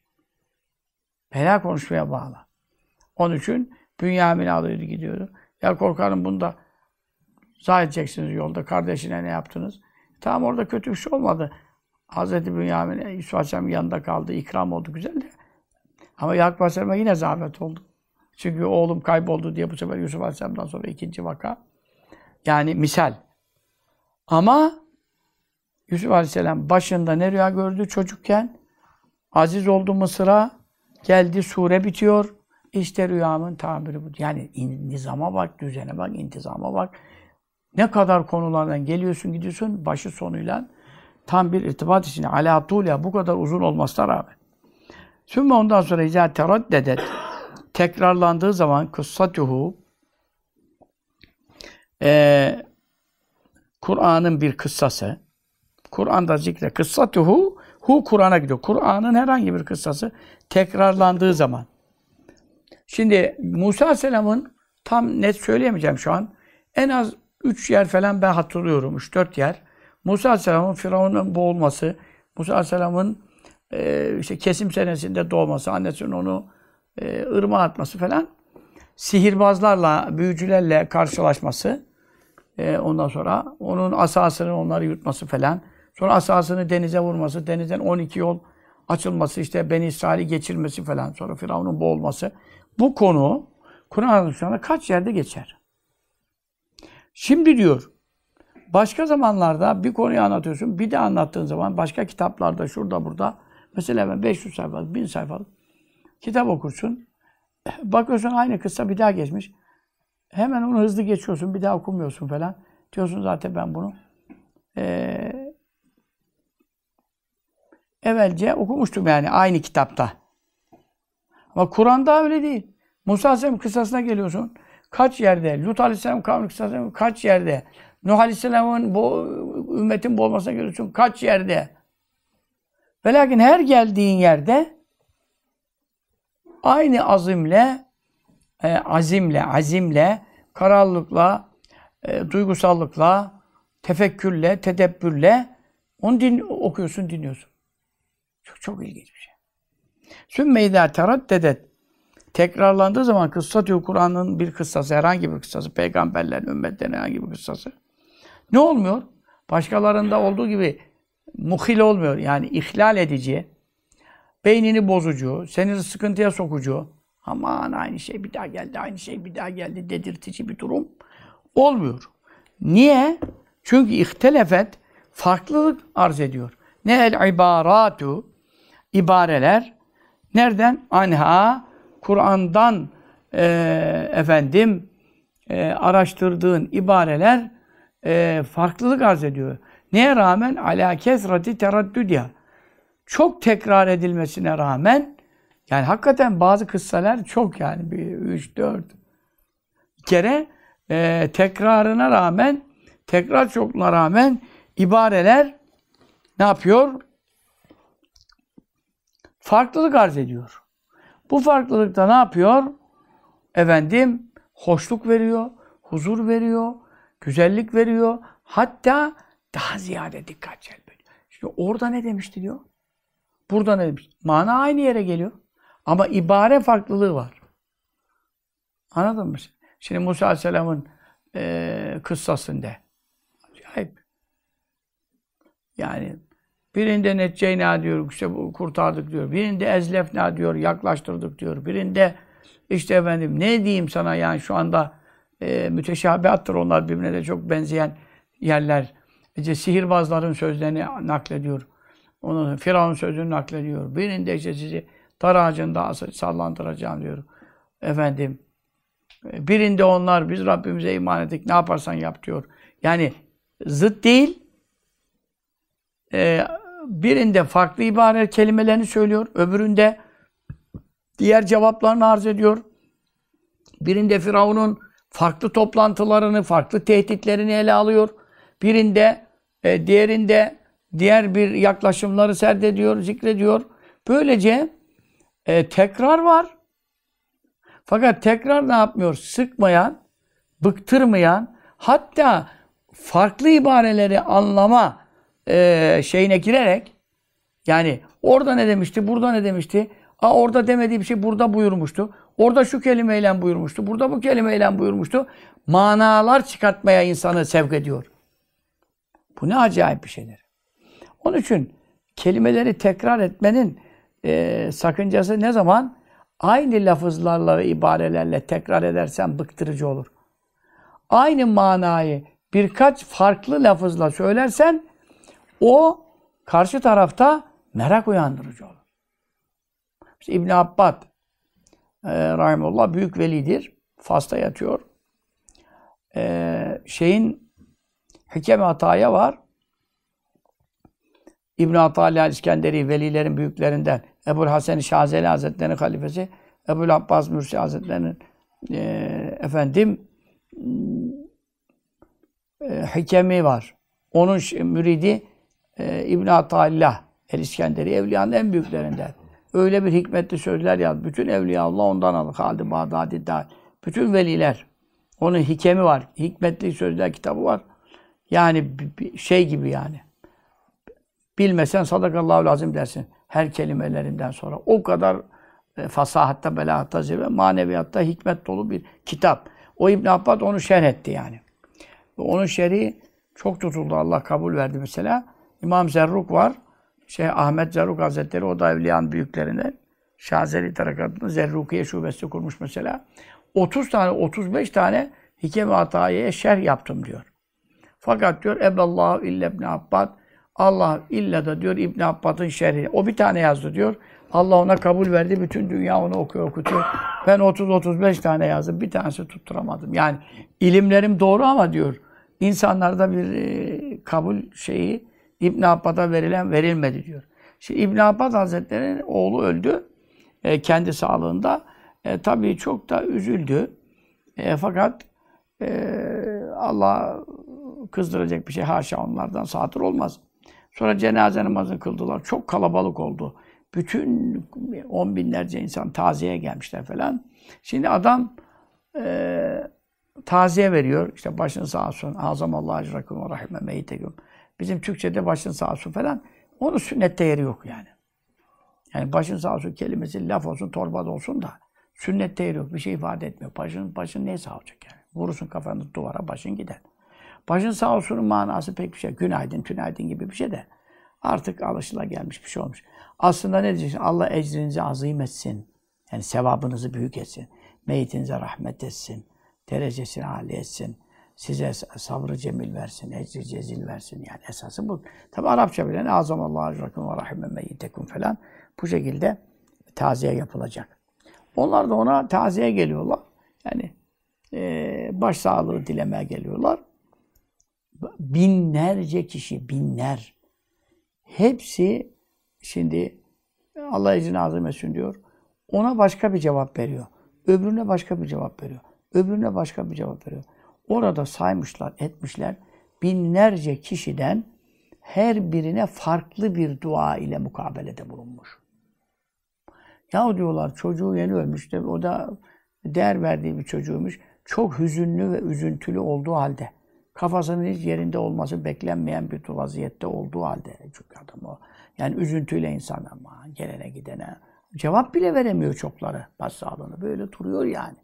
Bela konuşmaya bağlı. Onun için Bünyamin'i alıyordu gidiyordu. Ya korkarım bunda zayi edeceksiniz yolda. Kardeşine ne yaptınız? Tamam orada kötü bir şey olmadı. Hazreti Bünyamin Yusuf Aleyhisselam'ın yanında kaldı. İkram oldu güzel de. Ama Yakup Aleyhisselam'a yine zahmet oldu. Çünkü oğlum kayboldu diye bu sefer Yusuf Aleyhisselam'dan sonra ikinci vaka. Yani misal. Ama Yusuf Aleyhisselam başında ne rüya gördü çocukken? Aziz oldu Mısır'a. Geldi sure bitiyor. İşte rüyamın tabiri bu. Yani nizama bak, düzene bak, intizama bak. Ne kadar konulardan geliyorsun gidiyorsun başı sonuyla tam bir irtibat içinde. Alâ tûlâ bu kadar uzun olmasına rağmen. Sümme ondan sonra izâ teraddedet tekrarlandığı zaman kıssatuhu e, Kur'an'ın bir kıssası. Kur'an'da zikre kıssatuhu hu Kur'an'a gidiyor. Kur'an'ın herhangi bir kıssası tekrarlandığı zaman. Şimdi Musa Aleyhisselam'ın tam net söyleyemeyeceğim şu an. En az üç yer falan ben hatırlıyorum. Üç dört yer. Musa Aleyhisselam'ın Firavun'un boğulması, Musa Aleyhisselam'ın e, işte kesim senesinde doğması, annesinin onu e, ırmağa atması falan, sihirbazlarla, büyücülerle karşılaşması, e, ondan sonra onun asasını onları yutması falan, sonra asasını denize vurması, denizden on iki yol açılması, işte Beni İsrail'i geçirmesi falan, sonra Firavun'un boğulması. Bu konu Kur'an-ı kaç yerde geçer? Şimdi diyor, başka zamanlarda bir konuyu anlatıyorsun, bir de anlattığın zaman başka kitaplarda, şurada burada, mesela ben beş yüz sayfalık, bin sayfalık kitap okursun. Bakıyorsun aynı kıssa bir daha geçmiş. Hemen onu hızlı geçiyorsun, bir daha okumuyorsun falan. Diyorsun zaten ben bunu ee, evvelce okumuştum yani aynı kitapta. Ama Kur'an'da öyle değil. Musa Aleyhisselam kıssasına geliyorsun. Kaç yerde, Lut Aleyhisselam kavmi kıssasına kaç yerde, Nuh Aleyhisselam'ın bu ümmetin boğulmasına geliyorsun kaç yerde. Ve lakin her geldiğin yerde aynı azimle, e, azimle, azimle, kararlılıkla, e, duygusallıkla, tefekkürle, tedebbürle onu din okuyorsun, dinliyorsun. Çok çok ilginç bir şey. Sümme izâ teraddedet. Tekrarlandığı zaman kıssa-tü Kur'an'ın bir kıssası, herhangi bir kıssası, peygamberlerin, ümmetlerin herhangi bir kıssası. Ne olmuyor? Başkalarında olduğu gibi muhil olmuyor. Yani ihlal edici, beynini bozucu, seni sıkıntıya sokucu, aman aynı şey bir daha geldi, aynı şey bir daha geldi dedirtici bir durum olmuyor. Niye? Çünkü ihtelefet farklılık arz ediyor. Ne el ibaratu, ibareler, nereden? Anha, Kur'an'dan e, efendim e, araştırdığın ibareler e, farklılık arz ediyor. Neye rağmen? Alâ kesrati teraddüdya. Çok tekrar edilmesine rağmen, yani hakikaten bazı kıssalar çok yani bir üç dört kere e, tekrarına rağmen, tekrar çokluğuna rağmen ibareler ne yapıyor? Farklılık arz ediyor. Bu farklılıkta ne yapıyor? Efendim, hoşluk veriyor, huzur veriyor, güzellik veriyor. Hatta daha ziyade dikkat celbediyor. Şimdi orada ne demişti diyor? Burada ne demişti? Mana aynı yere geliyor. Ama ibare farklılığı var. Anladın mı? Şimdi Musa Aleyhisselam'ın e, kıssasında. Acayip. Yani birinde necceyna diyor, işte kurtardık diyor. Birinde ezlefna diyor, yaklaştırdık diyor. Birinde işte efendim ne diyeyim sana yani şu anda e, müteşabihattır onlar birbirine de çok benzeyen yerler. İşte sihirbazların sözlerini naklediyor. Onun Firavun sözünü naklediyor. Birinde işte sizi dar ağacında sallandıracağım diyor. Efendim birinde onlar biz Rabbimize iman ettik ne yaparsan yap diyor. Yani zıt değil. Ee, birinde farklı ibare kelimelerini söylüyor. Öbüründe diğer cevaplarını arz ediyor. Birinde Firavun'un farklı toplantılarını, farklı tehditlerini ele alıyor. Birinde, e, diğerinde diğer bir yaklaşımları serdediyor, zikrediyor. Böylece e, tekrar var. Fakat tekrar ne yapmıyor? Sıkmayan, bıktırmayan, hatta farklı ibareleri anlama e, şeyine girerek, yani orada ne demişti, burada ne demişti, Aa, orada demediği bir şey burada buyurmuştu, orada şu kelimeyle buyurmuştu, burada bu kelimeyle buyurmuştu. Manalar çıkartmaya insanı sevk ediyor. Bu ne acayip bir şeydir. Onun için kelimeleri tekrar etmenin e, sakıncası ne zaman? Aynı lafızlarla ve ibarelerle tekrar edersen bıktırıcı olur. Aynı manayı birkaç farklı lafızla söylersen o karşı tarafta merak uyandırıcı olur. İşte İbn Abbad e, rahimullah büyük velidir. Fas'ta yatıyor. E, şeyin Hikem-i Ataya var. İbn Atâ İskenderi velilerin büyüklerinden Ebu'l Hasan Şazeli Hazretleri'nin halifesi Ebu'l Abbas Mürsi Hazretleri'nin e, efendim e, hikemi var. Onun müridi e, İbn Atâillah el-İskenderi evliyanın en büyüklerinden. Öyle bir hikmetli sözler yazdı. Bütün evliya Allah ondan alır. Halid-i Bağdadi dahil. Bütün veliler. Onun hikemi var. Hikmetli sözler kitabı var. Yani şey gibi yani. Bilmesen sadakallahu lazım dersin. Her kelimelerinden sonra. O kadar fasahatta, belagatta, zirve, maneviyatta hikmet dolu bir kitap. O İbn Abbad onu şerh etti yani. Onun şerhi çok tutuldu. Allah kabul verdi mesela. İmam Zerruk var. Şey Ahmet Zerruk Hazretleri, o da evliyanın büyüklerinden. Şazeli tarikatının Zerrukiye şubesi kurmuş mesela. otuz tane, otuz beş tane Hikem-i Atayiye'ye şerh yaptım diyor. Fakat diyor Eballahu illa İbn Abbad, Allah illa da diyor İbn Abbad'ın şerhi. O bir tane yazdı diyor. Allah ona kabul verdi. Bütün dünya onu okuyor, okutuyor. Ben otuz otuz beş tane yazdım. Bir tanesi tutturamadım. Yani ilimlerim doğru ama diyor insanlarda bir e, kabul şeyi İbn Abbad'a verilen verilmedi diyor. Şimdi İbn Abbad Hazretleri'nin oğlu öldü. E, kendi sağlığında. E, tabii çok da üzüldü. E, fakat e, Allah kızdıracak bir şey haşa onlardan sadır olmaz. Sonra cenaze namazını kıldılar. Çok kalabalık oldu. Bütün on binlerce insan taziyeye gelmişler falan. Şimdi adam e, taziye veriyor. İşte başın sağ olsun. Azamallahu ecrakum ve rahime meytekum. Bizim Türkçe'de başın sağ olsun falan. Onun sünnette yeri yok yani. Yani başın sağ olsun kelimesi laf olsun, torbada olsun da sünnette yeri yok. Bir şey ifade etmiyor. Başın, başın neye sağ olacak yani? Vurursun kafanı duvara, başın gider. Başın sağ olsunun manası pek bir şey. Günaydın, tünaydın gibi bir şey de artık alışılagelmiş bir şey olmuş. Aslında ne diyeceksin? Allah ecrinizi azim etsin. Yani sevabınızı büyük etsin. Meyitinize rahmet etsin. Derecesini âli etsin. Size sabrı cemil versin. Ecri cezil versin. Yani esası bu. Tabi Arapça bilen azamallahu ecrakum ve rahime meyyitekum falan bu şekilde taziye yapılacak. Onlar da ona taziye geliyorlar. Yani e, başsağlığı dilemeye geliyorlar. Binlerce kişi, binler. Hepsi şimdi Allah ecrini azim etsin diyor. Ona başka bir cevap veriyor. Öbürüne başka bir cevap veriyor. Öbürüne başka bir cevap veriyor. Orada saymışlar, etmişler. Binlerce kişiden her birine farklı bir dua ile mukabelede bulunmuş. Ya diyorlar çocuğu yeni ölmüş de o da değer verdiği bir çocuğuymuş. Çok hüzünlü ve üzüntülü olduğu halde, kafasının hiç yerinde olması beklenmeyen bir vaziyette olduğu halde. Çünkü adam o. Yani üzüntüyle insan ama gelene gidene. Cevap bile veremiyor çokları başsağlığını. Böyle duruyor yani.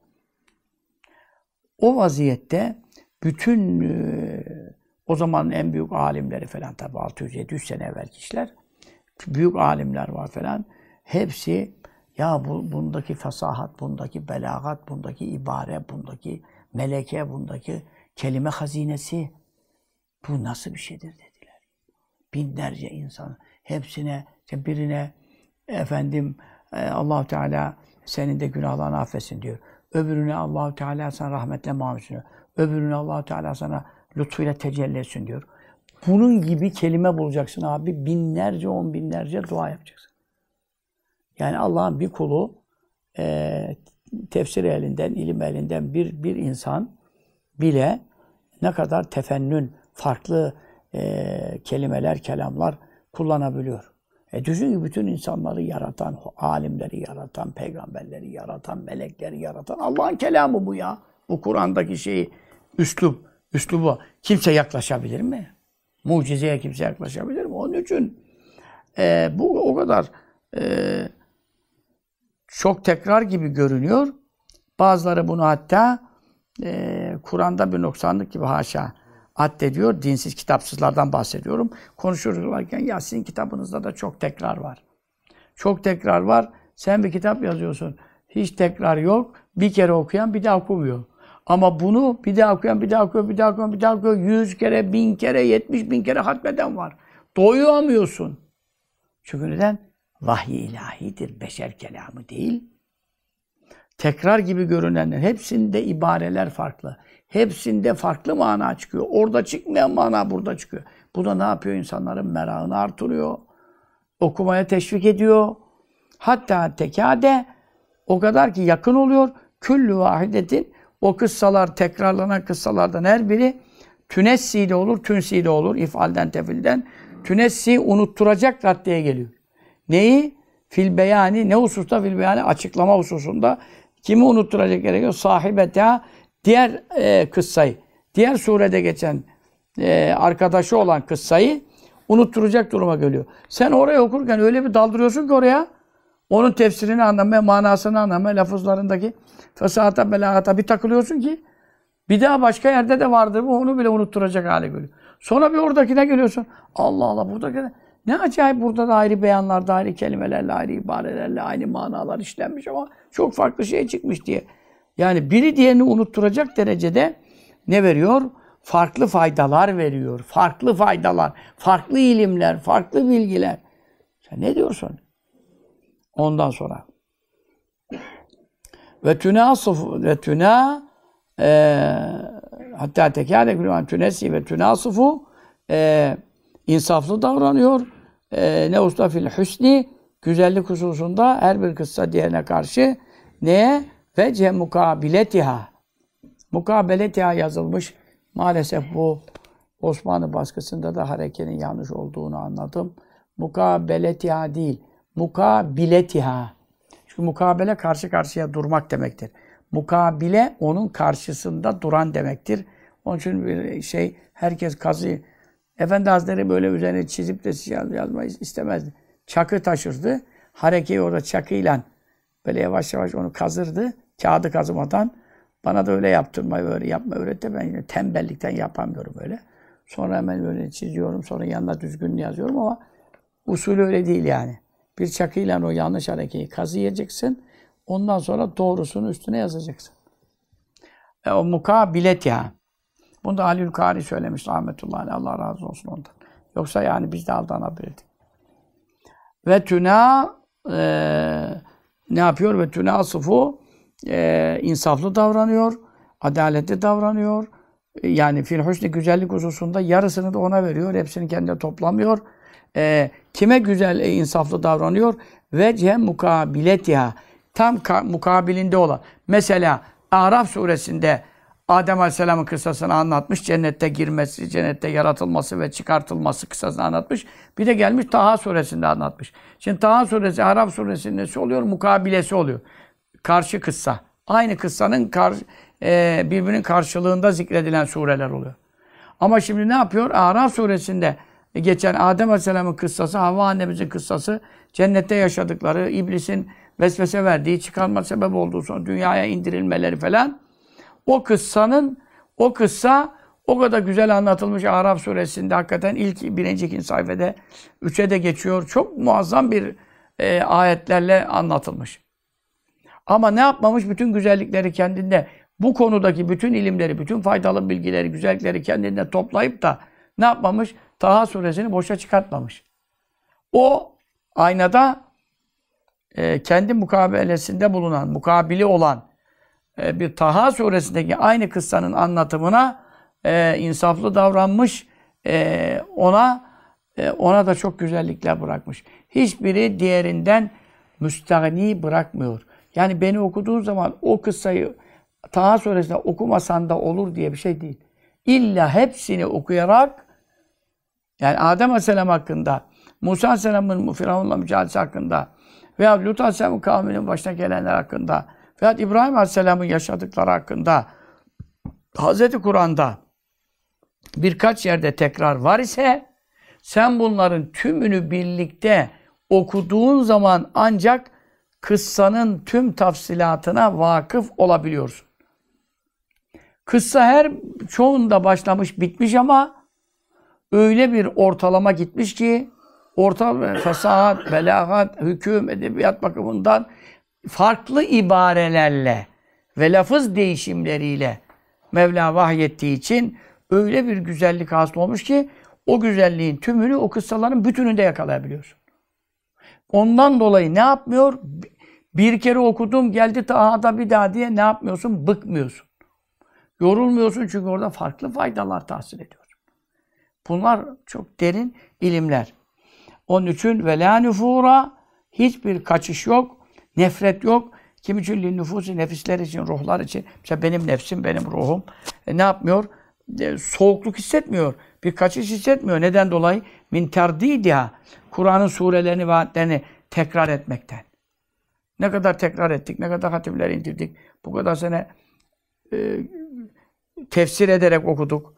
O vaziyette bütün e, o zamanın en büyük alimleri falan tabi altı yüz yedi yüz sene evvel kişiler büyük alimler var falan. Hepsi ya bu, bundaki fasahat, bundaki belagat, bundaki ibare, bundaki meleke, bundaki kelime hazinesi bu nasıl bir şeydir dediler. Binlerce insan hepsine işte birine efendim Allah-u Teala senin de günahlarını affetsin diyor. Öbürüne Allah-u Teala sana rahmetle muamele diyor. Öbürüne Allah-u Teala sana lütfuyla tecelli etsin diyor. Bunun gibi kelime bulacaksın abi. Binlerce, on binlerce dua yapacaksın. Yani Allah'ın bir kulu e, tefsir elinden, ilim elinden bir, bir insan bile ne kadar tefennün, farklı e, kelimeler, kelamlar kullanabiliyor. E düşün ki bütün insanları yaratan, alimleri yaratan, peygamberleri yaratan, melekleri yaratan Allah'ın kelamı bu ya. Bu Kur'an'daki şeyi, üslup, üslubu kimse yaklaşabilir mi? Mucizeye kimse yaklaşabilir mi? Onun için e, bu o kadar e, çok tekrar gibi görünüyor. Bazıları bunu hatta e, Kur'an'da bir noksanlık gibi haşa addediyor. Dinsiz, kitapsızlardan bahsediyorum. Konuşurlarken ya sizin kitabınızda da çok tekrar var. Çok tekrar var. Sen bir kitap yazıyorsun. Hiç tekrar yok. Bir kere okuyan bir daha okumuyor. Ama bunu bir daha okuyan, bir daha okuyor, bir daha okuyor, bir daha okuyor. Yüz kere, bin kere, yetmiş bin kere hatmeden var. Doyuramıyorsun. Çünkü neden? Vahiy ilahidir. Beşer kelamı değil. Tekrar gibi görünenler. Hepsinde ibareler farklı. Hepsinde farklı mana çıkıyor. Orada çıkmayan mana burada çıkıyor. Bu da ne yapıyor? İnsanların merakını artırıyor. Okumaya teşvik ediyor. Hatta tekade o kadar ki yakın oluyor. Küllü vahidetin o kıssalar, tekrarlanan kıssalardan her biri tünessi de olur, tünsi de olur. İfalden, tefilden. Tünessi unutturacak raddeye geliyor. Neyi? Fil beyani. Ne hususta fil beyani? Açıklama hususunda. Kimi unutturacak gerekiyor? Sahibete diğer e, kıssayı. Diğer surede geçen e, arkadaşı olan kıssayı unutturacak duruma geliyor. Sen oraya okurken öyle bir daldırıyorsun ki oraya, onun tefsirini anlamaya, manasını anlamaya, lafızlarındaki fesahata, belagata bir takılıyorsun ki bir daha başka yerde de vardır bu, onu bile unutturacak hale geliyor. Sonra bir oradakine geliyorsun. Allah Allah, buradakine ne acayip, burada da ayrı beyanlarda, ayrı kelimelerle, ayrı ibarelerle aynı manalar işlenmiş ama çok farklı şey çıkmış diye. Yani biri diğerini unutturacak derecede ne veriyor? Farklı faydalar veriyor. Farklı faydalar, farklı ilimler, farklı bilgiler. Sen ne diyorsun? Ondan sonra ve tünasıf ve tüna e, hatta tekâle gülüven tünesi ve tünasıfu e, insaflı davranıyor. E, ne usta fil hüsni, güzellik hususunda her bir kıssa diğerine karşı neye? Vece mukabiletiha. Mukabeletiha yazılmış. Maalesef bu Osmanlı baskısında da harekenin yanlış olduğunu anladım. Mukabeletiha değil, mukabiletiha. Çünkü mukabele karşı karşıya durmak demektir. Mukabile onun karşısında duran demektir. Onun için bir şey, herkes kazı. Efendi Hazretleri böyle üzerine çizip de yazmayı istemezdi. Çakı taşırdı. Harekeyi orada çakıyla böyle yavaş yavaş onu kazırdı. Kağıdı kazımadan. Bana da öyle yaptırmayı, öyle yapma öğretti. Ben yine tembellikten yapamıyorum öyle. Sonra hemen böyle çiziyorum. Sonra yanına düzgün yazıyorum ama usulü öyle değil yani. Bir çakıyla o yanlış harekeyi kazıyacaksın. Ondan sonra doğrusunu üstüne yazacaksın. E, o mukabilet ya. Bunu da Aliül Kari söylemiş rahmetullahi aleyh. Allah razı olsun ondan. Yoksa yani biz de aldanabilirdik. Ve tüna e, ne yapıyor? Ve tüna sıfu e, insaflı davranıyor. Adaletli davranıyor. E, yani fil husni, güzellik hususunda yarısını da ona veriyor. Hepsini kendine toplamıyor. E, kime güzel, e, insaflı davranıyor? Ve cem mukabiletiha. Tam mukabilinde olan. Mesela Araf suresinde Adem Aleyhisselam'ın kıssasını anlatmış. Cennette girmesi, cennette yaratılması ve çıkartılması kıssasını anlatmış. Bir de gelmiş Taha suresinde anlatmış. Şimdi Taha suresi, Araf suresinin nesi oluyor? Mukabilesi oluyor. Karşı kıssa. Aynı kıssanın kar, e, birbirinin karşılığında zikredilen sureler oluyor. Ama şimdi ne yapıyor? Araf suresinde geçen Adem Aleyhisselam'ın kıssası, Havva annemizin kıssası, cennette yaşadıkları, iblisin vesvese verdiği, çıkarma sebep olduğu sonra dünyaya indirilmeleri falan. O kıssanın, o kıssa o kadar güzel anlatılmış Araf suresinde, hakikaten ilk birinci ikinci sayfada üçe de geçiyor. Çok muazzam bir e, ayetlerle anlatılmış. Ama ne yapmamış? Bütün güzellikleri kendinde, bu konudaki bütün ilimleri, bütün faydalı bilgileri, güzellikleri kendinde toplayıp da ne yapmamış? Taha suresini boşa çıkartmamış. O aynada e, kendi mukabelesinde bulunan, mukabili olan e, bir Taha suresindeki aynı kıssanın anlatımına e, insaflı davranmış, e, ona e, ona da çok güzellikler bırakmış. Hiçbiri diğerinden müstahni bırakmıyor. Yani beni okuduğun zaman o kıssayı Taha suresinde okumasan da olur diye bir şey değil. İlla hepsini okuyarak, yani Adem Aleyhisselam hakkında, Musa Aleyhisselam'ın Firavun'la mücadelesi hakkında veya Lut Aleyhisselam'ın kavminin başına gelenler hakkında veya İbrahim Aleyhisselam'ın yaşadıkları hakkında Hazreti Kur'an'da birkaç yerde tekrar var ise sen bunların tümünü birlikte okuduğun zaman ancak kıssanın tüm tafsilatına vakıf olabiliyorsun. Kıssa her çoğunda başlamış bitmiş ama öyle bir ortalama gitmiş ki orta fesahat, belagat, hüküm, edebiyat bakımından farklı ibarelerle ve lafız değişimleriyle Mevla vahyettiği için öyle bir güzellik hasıl olmuş ki o güzelliğin tümünü o kıssaların bütününde yakalayabiliyorsun. Ondan dolayı ne yapmıyor? Bir kere okudum, geldi Taha'da bir daha diye ne yapmıyorsun? Bıkmıyorsun. Yorulmuyorsun çünkü orada farklı faydalar tahsil ediyorsun. Bunlar çok derin ilimler. Onun için velâ nüfûra, hiçbir kaçış yok, nefret yok. Kim için? Nüfusu, nefisler için, ruhlar için. Mesela benim nefsim, benim ruhum e, ne yapmıyor? E, soğukluk hissetmiyor. Bir kaçış hissetmiyor. Neden dolayı? Min terdidiha. Kur'an'ın surelerini ve ayetlerini tekrar etmekten. Ne kadar tekrar ettik, ne kadar hatimler indirdik. Bu kadar sene e, tefsir ederek okuduk.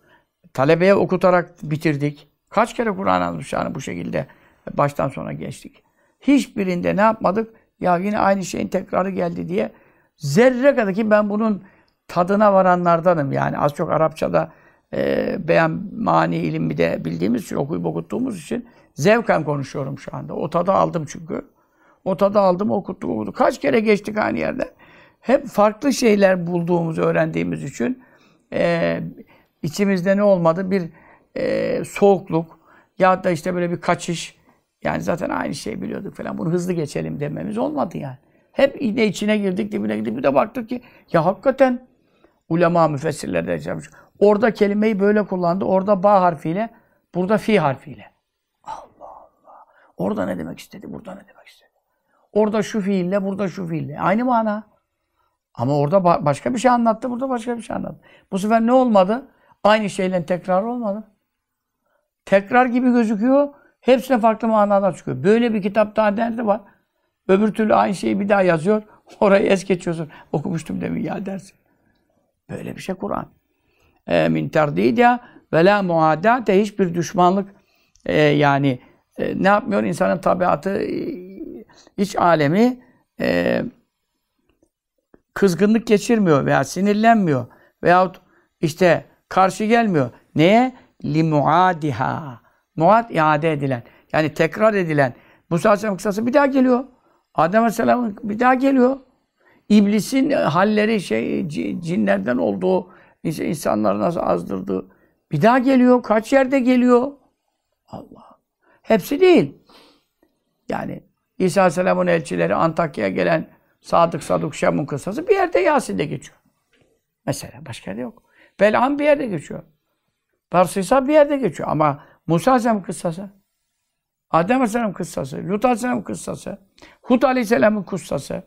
talebeye okutarak bitirdik. Kaç kere Kur'an almış yani bu şekilde baştan sona geçtik. Hiçbirinde ne yapmadık? Ya yine aynı şeyin tekrarı geldi diye zerre kadar ki ben bunun tadına varanlardanım. Yani az çok Arapçada e, beyan mani ilmi de bildiğimiz için, okuyup okuttuğumuz için zevken konuşuyorum şu anda. O tadı aldım çünkü. O tadı aldım, okuttuk, okuttuk. Kaç kere geçtik aynı yerde. Hep farklı şeyler bulduğumuz, öğrendiğimiz için e, içimizde ne olmadı? Bir e, soğukluk ya da işte böyle bir kaçış. Yani zaten aynı şeyi biliyorduk falan. Bunu hızlı geçelim dememiz olmadı yani. Hep yine içine girdik, dibine girdik. Bir de baktık ki ya hakikaten ulema müfessirler de yaşamış. Orada kelimeyi böyle kullandı. Orada ba harfiyle, burada fi harfiyle. Allah Allah. Orada ne demek istedi, burada ne demek istedi. Orada şu fiille, burada şu fiille. Aynı mana. Ama orada başka bir şey anlattı, burada başka bir şey anlattı. Bu sefer ne olmadı? Aynı şeyle tekrar olmadı. Tekrar gibi gözüküyor. Hepsine farklı manalar çıkıyor. Böyle bir kitap daha nerede var? Öbür türlü aynı şeyi bir daha yazıyor. Orayı es geçiyorsun. Okumuştum demin ya dersin. Böyle bir şey Kur'an. E, min terdidya ve la muadate, hiçbir düşmanlık e, yani e, ne yapmıyor? İnsanın tabiatı, e, iç alemi e, kızgınlık geçirmiyor veya sinirlenmiyor veyahut işte karşı gelmiyor. Neye? Li muadiha. Muad, iade edilen. Yani tekrar edilen. Musa Aleyhisselam kıssası bir daha geliyor. Adem Aleyhisselam'ın bir daha geliyor. İblisin halleri, şey, cinlerden olduğu, insanları nasıl azdırdığı bir daha geliyor. Kaç yerde geliyor? Allah. Hepsi değil. Yani İsa Aleyhisselam'ın elçileri, Antakya'ya gelen Sadık Saduk Şam'ın kıssası bir yerde Yasin'de geçiyor. Mesela başka yerde yok. Bel'am bir yerde geçiyor. Barsisa bir yerde geçiyor. Ama Musa Aleyhisselam kıssası, Adem Aleyhisselam kıssası, Lut Aleyhisselam kıssası, Hud Aleyhisselam'ın kıssası,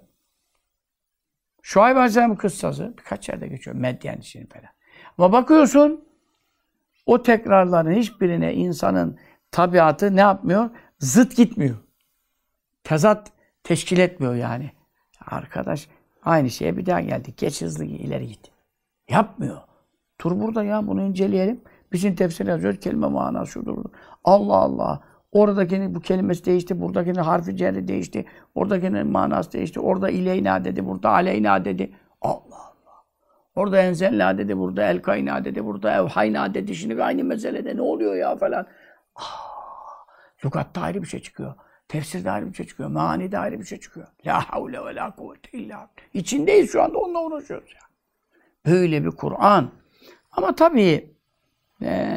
Şuayb Aleyhisselam'ın kıssası birkaç yerde geçiyor. Medyen için falan. Ama bakıyorsun o tekrarların hiçbirine insanın tabiatı ne yapmıyor? Zıt gitmiyor. Tezat teşkil etmiyor yani. Arkadaş aynı şeye bir daha geldik. Geç hızlı ileri git. Yapmıyor. Dur burada ya bunu inceleyelim. Bizim tefsir yazıyoruz. Kelime manası şudur. Allah Allah. Oradakinin bu kelimesi değişti. Buradakinin harfi cerri değişti. Oradakinin manası değişti. Orada ileyna dedi. Burada aleyna dedi. Allah Allah. Orada enzelna dedi. Burada elkayna dedi. Burada evhayna dedi. Şimdi aynı meselede ne oluyor ya falan. Ah, lügatta ayrı bir şey çıkıyor. Tefsirde ayrı bir şey çıkıyor. Manide ayrı bir şey çıkıyor. La havle ve la kuvvete illa. İçindeyiz şu anda. Onunla uğraşıyoruz ya. Böyle bir Kur'an. Ama tabii e,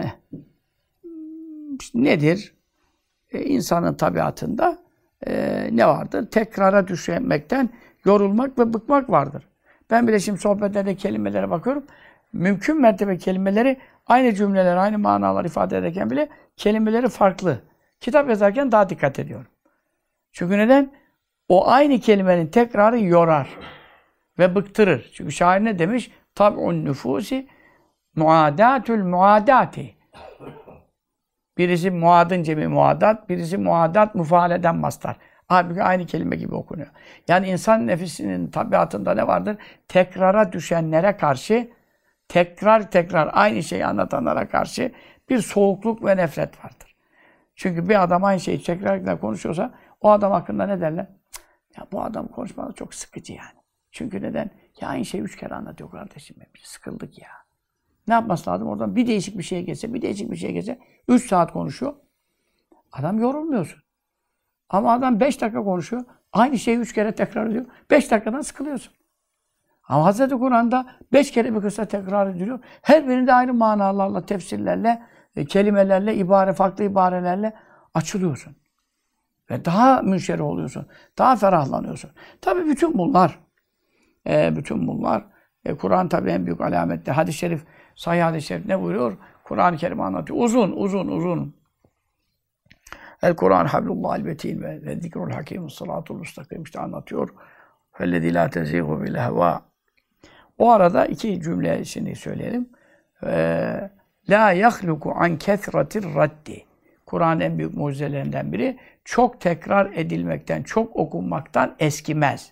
nedir? E, insanın tabiatında e, ne vardır? Tekrara düşmekten yorulmak ve bıkmak vardır. Ben bile şimdi sohbetlerde kelimelere bakıyorum. Mümkün mertebe kelimeleri aynı cümleler, aynı manalar ifade ederken bile kelimeleri farklı. Kitap yazarken daha dikkat ediyorum. Çünkü neden? O aynı kelimenin tekrarı yorar ve bıktırır. Çünkü şair ne demiş? Tab'un nüfusi muadatul muadati. Birisi muadın cemi muadat, birisi muadat mufaleden mastar. Halbuki aynı kelime gibi okunuyor. Yani insan nefsinin tabiatında ne vardır? Tekrara düşenlere karşı, tekrar tekrar aynı şeyi anlatanlara karşı bir soğukluk ve nefret vardır. Çünkü bir adam aynı şeyi tekrar tekrar konuşuyorsa o adam hakkında ne derler? Ya bu adam konuşmaları çok sıkıcı yani. Çünkü neden? Ya aynı şeyi üç kere anlatıyor kardeşim. Biz sıkıldık ya. Ne yapması lazım? Oradan bir değişik bir şeye geçse, bir değişik bir şeye geçse, üç saat konuşuyor. Adam yorulmuyorsun. Ama adam beş dakika konuşuyor. Aynı şeyi üç kere tekrar ediyor. Beş dakikadan sıkılıyorsun. Ama Hazreti Kur'an'da beş kere bir kısa tekrar ediliyor. Her birinde ayrı manalarla, tefsirlerle, kelimelerle, ibare, farklı ibarelerle açılıyorsun. Ve daha münşerih oluyorsun. Daha ferahlanıyorsun. Tabii bütün bunlar, e, bütün bunlar, e, Kur'an tabii en büyük alametler. Hadis-i şerif, sahih hadis-i şerif ne buyuruyor? Kur'an-ı Kerim anlatıyor. Uzun, uzun, uzun. El Kur'an hablullah el-betin ve zikrul hakim, salatul mustakim işte anlatıyor. Fellezî lâ tezîhu bil hevâ. O arada iki cümle şimdi söyleyelim. Ee, La yahluku an kesratir raddi. Kur'an'ın en büyük mucizelerinden biri çok tekrar edilmekten, çok okunmaktan eskimez.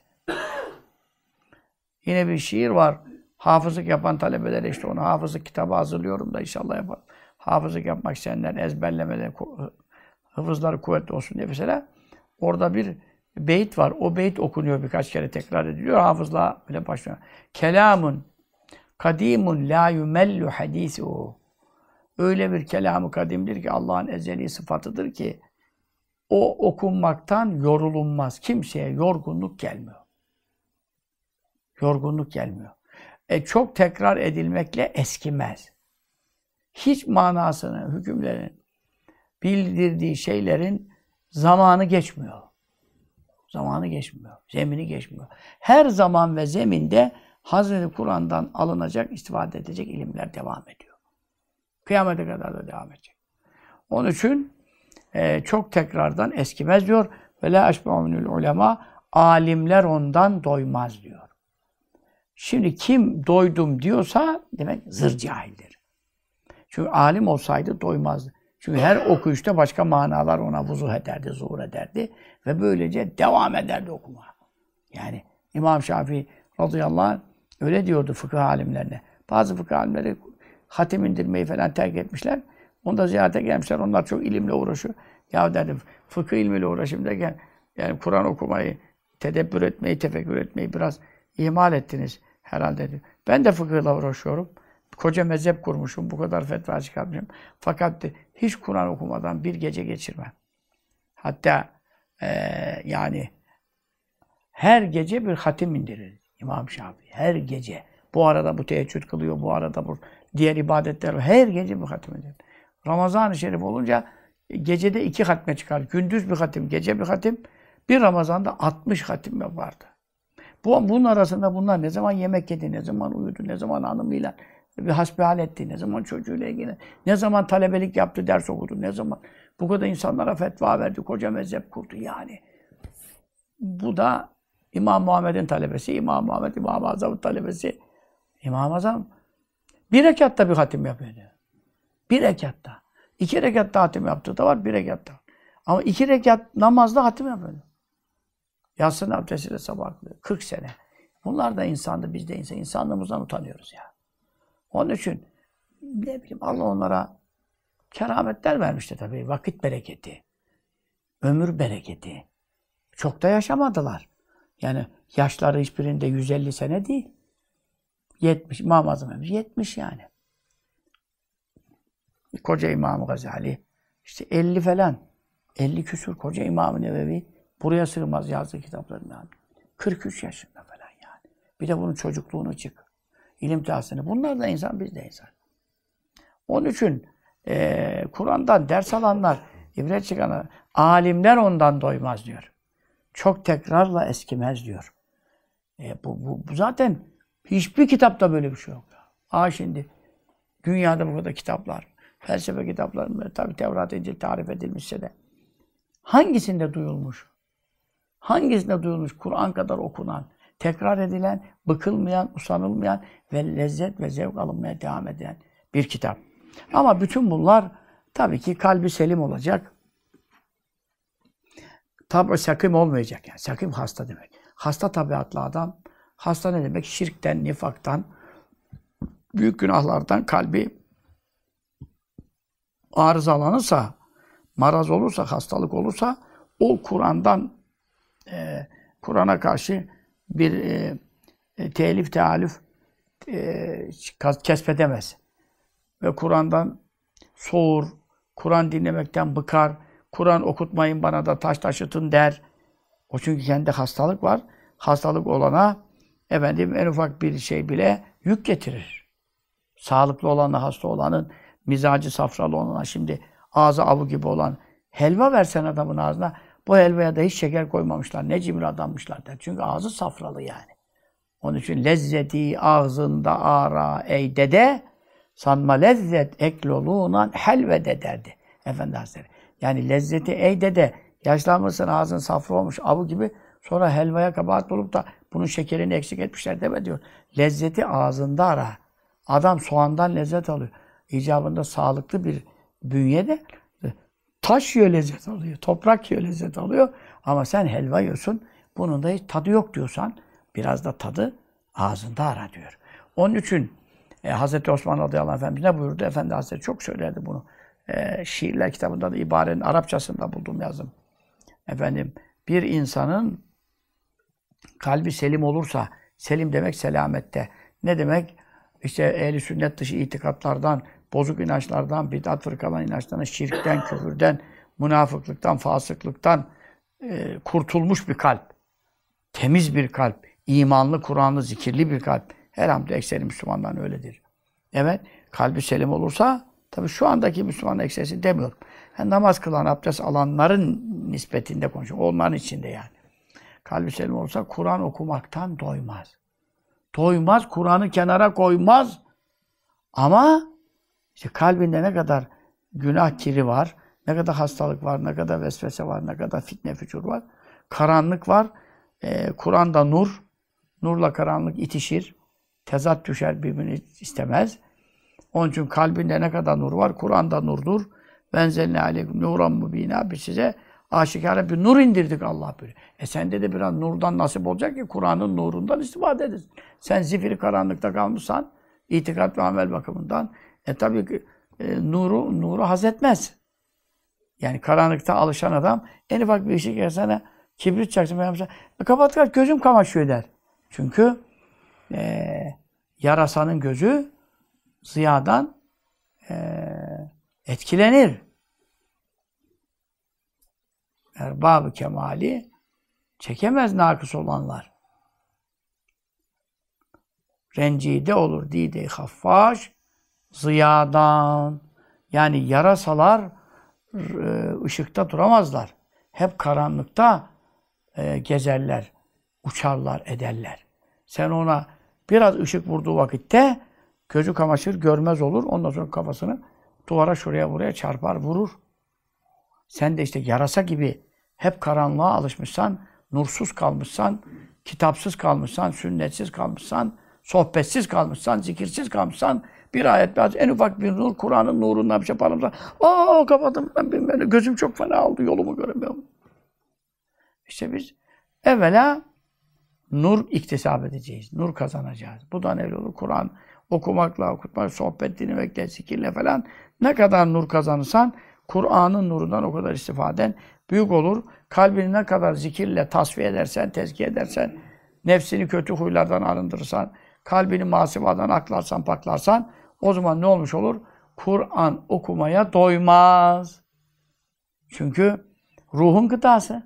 Yine bir şiir var. Hafızlık yapan talebelere işte onu hafızlık kitabı hazırlıyorum da inşallah yaparım. hafızlık yapmak isteyenler, ezberlemeleri, hafızları kuvvetli olsun diye mesela orada bir beyit var. O beyit okunuyor, birkaç kere tekrar ediliyor. Hafızlığa bile başlıyor. Kelamun kadimun la yumellu hadisuhu. Öyle bir kelamı kadimdir ki Allah'ın ezeli sıfatıdır ki o okunmaktan yorulunmaz. Kimseye yorgunluk gelmiyor. Yorgunluk gelmiyor. E çok tekrar edilmekle eskimez. Hiç manasını, hükümlerin, bildirdiği şeylerin zamanı geçmiyor. Zamanı geçmiyor. Zemini geçmiyor. Her zaman ve zeminde Hazreti Kur'an'dan alınacak, istifade edecek ilimler devam ediyor. Kıyamete kadar da devam edecek. Onun için e, çok tekrardan eskimez diyor. Ve la eşba'unul ulema, alimler ondan doymaz diyor. Şimdi kim doydum diyorsa demek zır cahildir. Çünkü alim olsaydı doymazdı. Çünkü her okuyuşta başka manalar ona vuzuh ederdi, zuhur ederdi ve böylece devam ederdi okuma. Yani İmam Şafii radıyallahu anh öyle diyordu fıkıh alimlerine. Bazı fıkıh alimleri hatim indirmeyi falan terk etmişler. Onu da ziyarete gelmişler. Onlar çok ilimle uğraşıyor. Ya dedim fıkıh ilmiyle uğraşayım derken yani Kur'an okumayı, tedebbür etmeyi, tefekkür etmeyi biraz ihmal ettiniz herhalde diyor. Ben de fıkıhla uğraşıyorum. Koca mezhep kurmuşum, bu kadar fetva çıkartmışım. Fakat de, hiç Kur'an okumadan bir gece geçirmem. Hatta e, yani her gece bir hatim indirir İmam Şafii. Her gece. Bu arada bu teheccüd kılıyor, bu arada bu diğer ibadetler var. Her gece bir hatim indirir. Ramazan-ı Şerif olunca gecede iki hatme çıkar. Gündüz bir hatim, gece bir hatim. Bir Ramazan'da altmış hatim yapardı. Bu, bunun arasında bunlar ne zaman yemek yedi, ne zaman uyudu, ne zaman hanımıyla bir hasbihal etti, ne zaman çocuğuyla ilgili, ne zaman talebelik yaptı, ders okudu, ne zaman bu kadar insanlara fetva verdi, koca mezhep kurdu yani. Bu da İmam Muhammed'in talebesi, İmam Muhammed, İmam-ı Azam'ın talebesi. İmam-ı Azam bir rekatta bir hatim yapıyordu. Bir rekatta. İki rekatta hatim yaptığı da var, bir rekatta. Ama iki rekat namazda hatim yapıyordu. Yatsın abdestiyle sabah kılıyor. kırk sene. Bunlar da insandı, biz de insan. İnsanlığımızdan utanıyoruz ya. Onun için ne bileyim Allah onlara kerametler vermişti tabii. Vakit bereketi, ömür bereketi. Çok da yaşamadılar. Yani yaşları hiçbirinde yüz elli sene değil. yetmiş, İmam-ı Azam yetmiş yani. Koca İmam-ı Gazali işte elli falan. elli küsur koca İmam-ı Nevevi buraya sığmaz yazdığı kitaplarından. kırk üç yaşında falan yani. Bir de bunun çocukluğunu çık. İlim tahsini. Bunlar da insan, biz de insan. Onun için e, Kur'an'dan ders alanlar, ibret çıkanlar, alimler ondan doymaz diyor. Çok tekrarla eskimez diyor. E, bu, bu, bu zaten hiçbir kitapta böyle bir şey yok. Aa şimdi dünyada bu kadar kitaplar, felsefe kitapları, tabii Tevrat, İncil tarif edilmişse de hangisinde duyulmuş? Hangisinde duyulmuş Kur'an kadar okunan, tekrar edilen, bıkılmayan, usanılmayan ve lezzet ve zevk alınmaya devam eden bir kitap. Ama bütün bunlar tabii ki kalbi selim olacak. Tabii sakim olmayacak yani. Sakim hasta demek. Hasta tabiatlı adam. Hasta ne demek? Şirkten, nifaktan, büyük günahlardan kalbi arızalanırsa, maraz olursa, hastalık olursa o Kur'an'dan e, Kur'an'a karşı bir e, e, telif, tealif e, kesbedemez. Ve Kur'an'dan soğur, Kur'an dinlemekten bıkar, Kur'an okutmayın bana da taş taşıtın der. O çünkü kendi hastalık var. Hastalık olana efendim en ufak bir şey bile yük getirir. Sağlıklı olanla hasta olanın, mizacı safralı olana şimdi ağzı avu gibi olan helva versen adamın ağzına, bu helvaya da hiç şeker koymamışlar. Ne cimri adammışlar der. Çünkü ağzı safralı yani. Onun için lezzeti ağzında ara ey dede, sanma lezzet ekloluğunan helvede derdi Efendi Hazretleri. Yani lezzeti ey dede, yaşlanmışsın ağzın safra olmuş avu gibi, sonra helvaya kabahat bulup da bunun şekerini eksik etmişler deme diyor. Lezzeti ağzında ara. Adam soğandan lezzet alıyor. İcabında sağlıklı bir bünyede taş yiyor lezzet alıyor, toprak yiyor lezzet alıyor. Ama sen helva yiyorsun, bunun da hiç tadı yok diyorsan, biraz da tadı ağzında ara diyor. Onun için E, Hazreti Osman radıyallahu anh Efendimiz ne buyurdu? Efendi Hazretleri çok söylerdi bunu. E, Şiirler kitabında da ibarenin Arapçasında buldum yazdım. Efendim, bir insanın kalbi selim olursa, selim demek selamette. Ne demek? İşte ehli sünnet dışı itikatlardan, bozuk inançlardan, bid'at fırkalan inançlardan, şirkten, küfürden, münafıklıktan, fasıklıktan e, kurtulmuş bir kalp. Temiz bir kalp. İmanlı, Kur'anlı, zikirli bir kalp. Herhalde ekseri Müslümanların öyledir. Evet, kalbi selim olursa, tabii şu andaki Müslüman ekserisi demiyorum. Yani namaz kılan, abdest alanların nispetinde konuşuyorum. Onların içinde yani. Kalbi selim olursa Kur'an okumaktan doymaz. Doymaz, Kur'an'ı kenara koymaz. Ama işte kalbinde ne kadar günah kiri var, ne kadar hastalık var, ne kadar vesvese var, ne kadar fitne fücur var. Karanlık var. Ee, Kur'an'da nur. Nurla karanlık itişir. Tezat düşer, birbirini istemez. Onun için kalbinde ne kadar nur var, Kur'an'da nurdur. Benzelne aleyküm nuran mubina. Biz size aşikare bir nur indirdik Allah böyle. E sende de biraz nurdan nasip olacak ki Kur'an'ın nurundan istifade edesin. Sen zifiri karanlıkta kalmışsan, itikat ve amel bakımından, e tabii ki e, nuru, nuru haz etmez. Yani karanlıkta alışan adam, en ufak bir ışık gelsene, kibrit çaksın, e, kapat kapat, gözüm kamaşıyor der. Çünkü e, yarasanın gözü ziyadan e, etkilenir. Erbab-ı kemali çekemez nakıs olanlar. Rencide olur dide-i haffaş ziyadan. Yani yarasalar e, ışıkta duramazlar. Hep karanlıkta e, gezerler, uçarlar, ederler. Sen ona biraz ışık vurduğu vakitte gözü kamaşır, görmez olur. Ondan sonra kafasını duvara şuraya buraya çarpar, vurur. Sen de işte yarasa gibi hep karanlığa alışmışsan, nursuz kalmışsan, kitapsız kalmışsan, sünnetsiz kalmışsan, sohbetsiz kalmışsan, zikirsiz kalmışsan, bir ayet, biraz en ufak bir nur, Kur'an'ın nurundan bir şey yaparımsa, aa kapadım ben bilmem, gözüm çok fena oldu, yolumu göremiyorum. İşte biz evvela nur iktisap edeceğiz, nur kazanacağız. Bu da ne olur? Kur'an okumakla, okutmakla, sohbet dinlemekle, zikirle falan ne kadar nur kazanırsan, Kur'an'ın nurundan o kadar istifaden büyük olur. Kalbini ne kadar zikirle tasfiye edersen, tezkiye edersen, nefsini kötü huylardan arındırırsan, kalbini masivadan aklarsan, paklarsan, o zaman ne olmuş olur? Kur'an okumaya doymaz. Çünkü ruhun gıdası.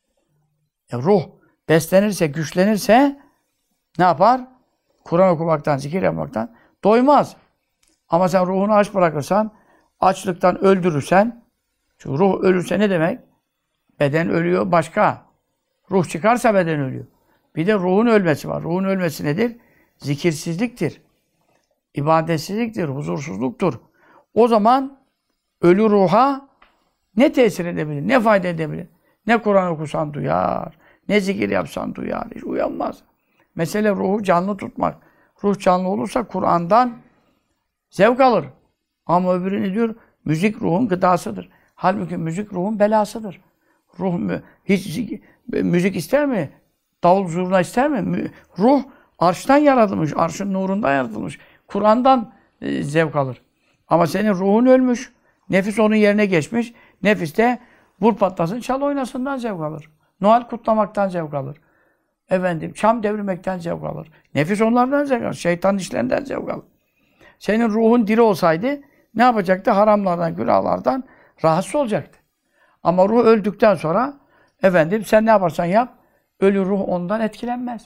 E ruh beslenirse, güçlenirse ne yapar? Kur'an okumaktan, zikir yapmaktan doymaz. Ama sen ruhunu aç bırakırsan, açlıktan öldürürsen, çünkü ruh ölürse ne demek? Beden ölüyor başka. Ruh çıkarsa beden ölüyor. Bir de ruhun ölmesi var. Ruhun ölmesi nedir? Zikirsizliktir. İbadetsizliktir, huzursuzluktur. O zaman ölü ruha ne tesir edebilir, ne fayda edebilir? Ne Kur'an okusan duyar, ne zikir yapsan duyar, hiç uyanmaz. Mesele ruhu canlı tutmak. Ruh canlı olursa Kur'an'dan zevk alır. Ama öbürü ne diyor? Müzik ruhun gıdasıdır. Halbuki müzik ruhun belasıdır. Ruh hiç müzik ister mi? Davul zurna ister mi? Ruh arştan yaratılmış, arşın nurundan yaratılmış. Kur'an'dan e, zevk alır. Ama senin ruhun ölmüş. Nefis onun yerine geçmiş. Nefis de vur patlasın, çal oynasından zevk alır. Noel kutlamaktan zevk alır. Efendim, çam devirmekten zevk alır. Nefis onlardan zevk alır. Şeytanın işlerinden zevk alır. Senin ruhun diri olsaydı ne yapacaktı? Haramlardan, günahlardan rahatsız olacaktı. Ama ruh öldükten sonra efendim sen ne yaparsan yap, ölü ruh ondan etkilenmez.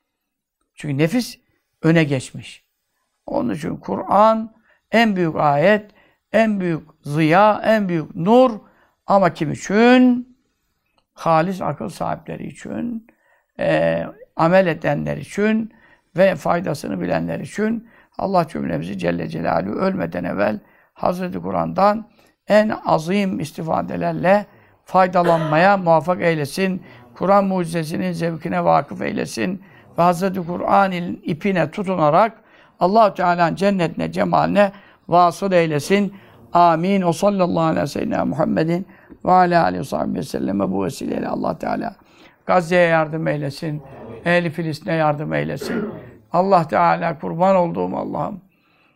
Çünkü nefis öne geçmiş. Onun için Kur'an en büyük ayet, en büyük ziya, en büyük nur. Ama kim için? Halis akıl sahipleri için, e, amel edenler için ve faydasını bilenler için Allah cümlemizi Celle Celaluhu ölmeden evvel Hazreti Kur'an'dan en azim istifadelerle faydalanmaya muvaffak eylesin. Kur'an mucizesinin zevkine vakıf eylesin. Ve Hazreti Kur'an'ın ipine tutunarak Allah-u Teala'nın cennetine, cemaline vasıl eylesin. Amin. O sallallahu aleyhi ve sellem Muhammedin ve alâ aleyhi ve sahbihi ve selleme bu vesileyle Allah Teala Gazze'ye yardım eylesin. Ehli Filistin'e yardım eylesin. Allah Teala kurban olduğum Allah'ım.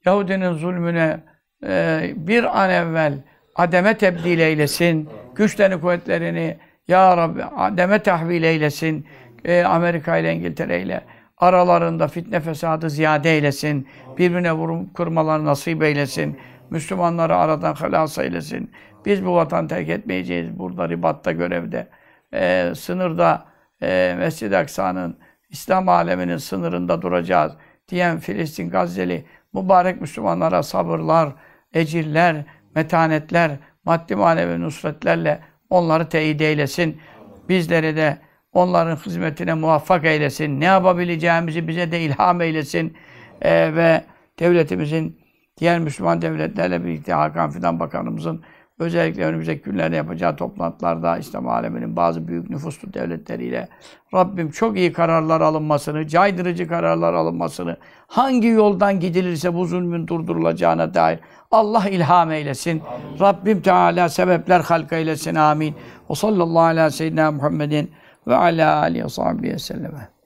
Yahudinin zulmüne e, bir an evvel ademe tebdil eylesin. Güçlerini, kuvvetlerini ya Rabbi ademe tahvil eylesin. E, Amerika ile İngiltere ile aralarında fitne fesadı ziyade eylesin. Birbirine vurum kırmaları nasip eylesin. Müslümanları aradan halas eylesin. Biz bu vatan terk etmeyeceğiz. Burada ribatta, görevde, e, sınırda, e, Mescid-i Aksa'nın, İslam aleminin sınırında duracağız diyen Filistin, Gazze'li mübarek Müslümanlara sabırlar, ecirler, metanetler, maddi manevi nusretlerle onları teyit eylesin. Bizleri de onların hizmetine muvaffak eylesin. Ne yapabileceğimizi bize de ilham eylesin. Ee, ve devletimizin diğer Müslüman devletlerle birlikte Hakan Fidan Bakanımızın özellikle önümüzdeki günlerde yapacağı toplantılarda İslam aleminin bazı büyük nüfuslu devletleriyle Rabbim çok iyi kararlar alınmasını, caydırıcı kararlar alınmasını, hangi yoldan gidilirse bu zulmün durdurulacağına dair Allah ilham eylesin. Amin. Rabbim Teala sebepler halka eylesin. Amin. Ve sallallahu aleyhi ve seyyidina Muhammedin ve ala alihi ve sahbihi selleme.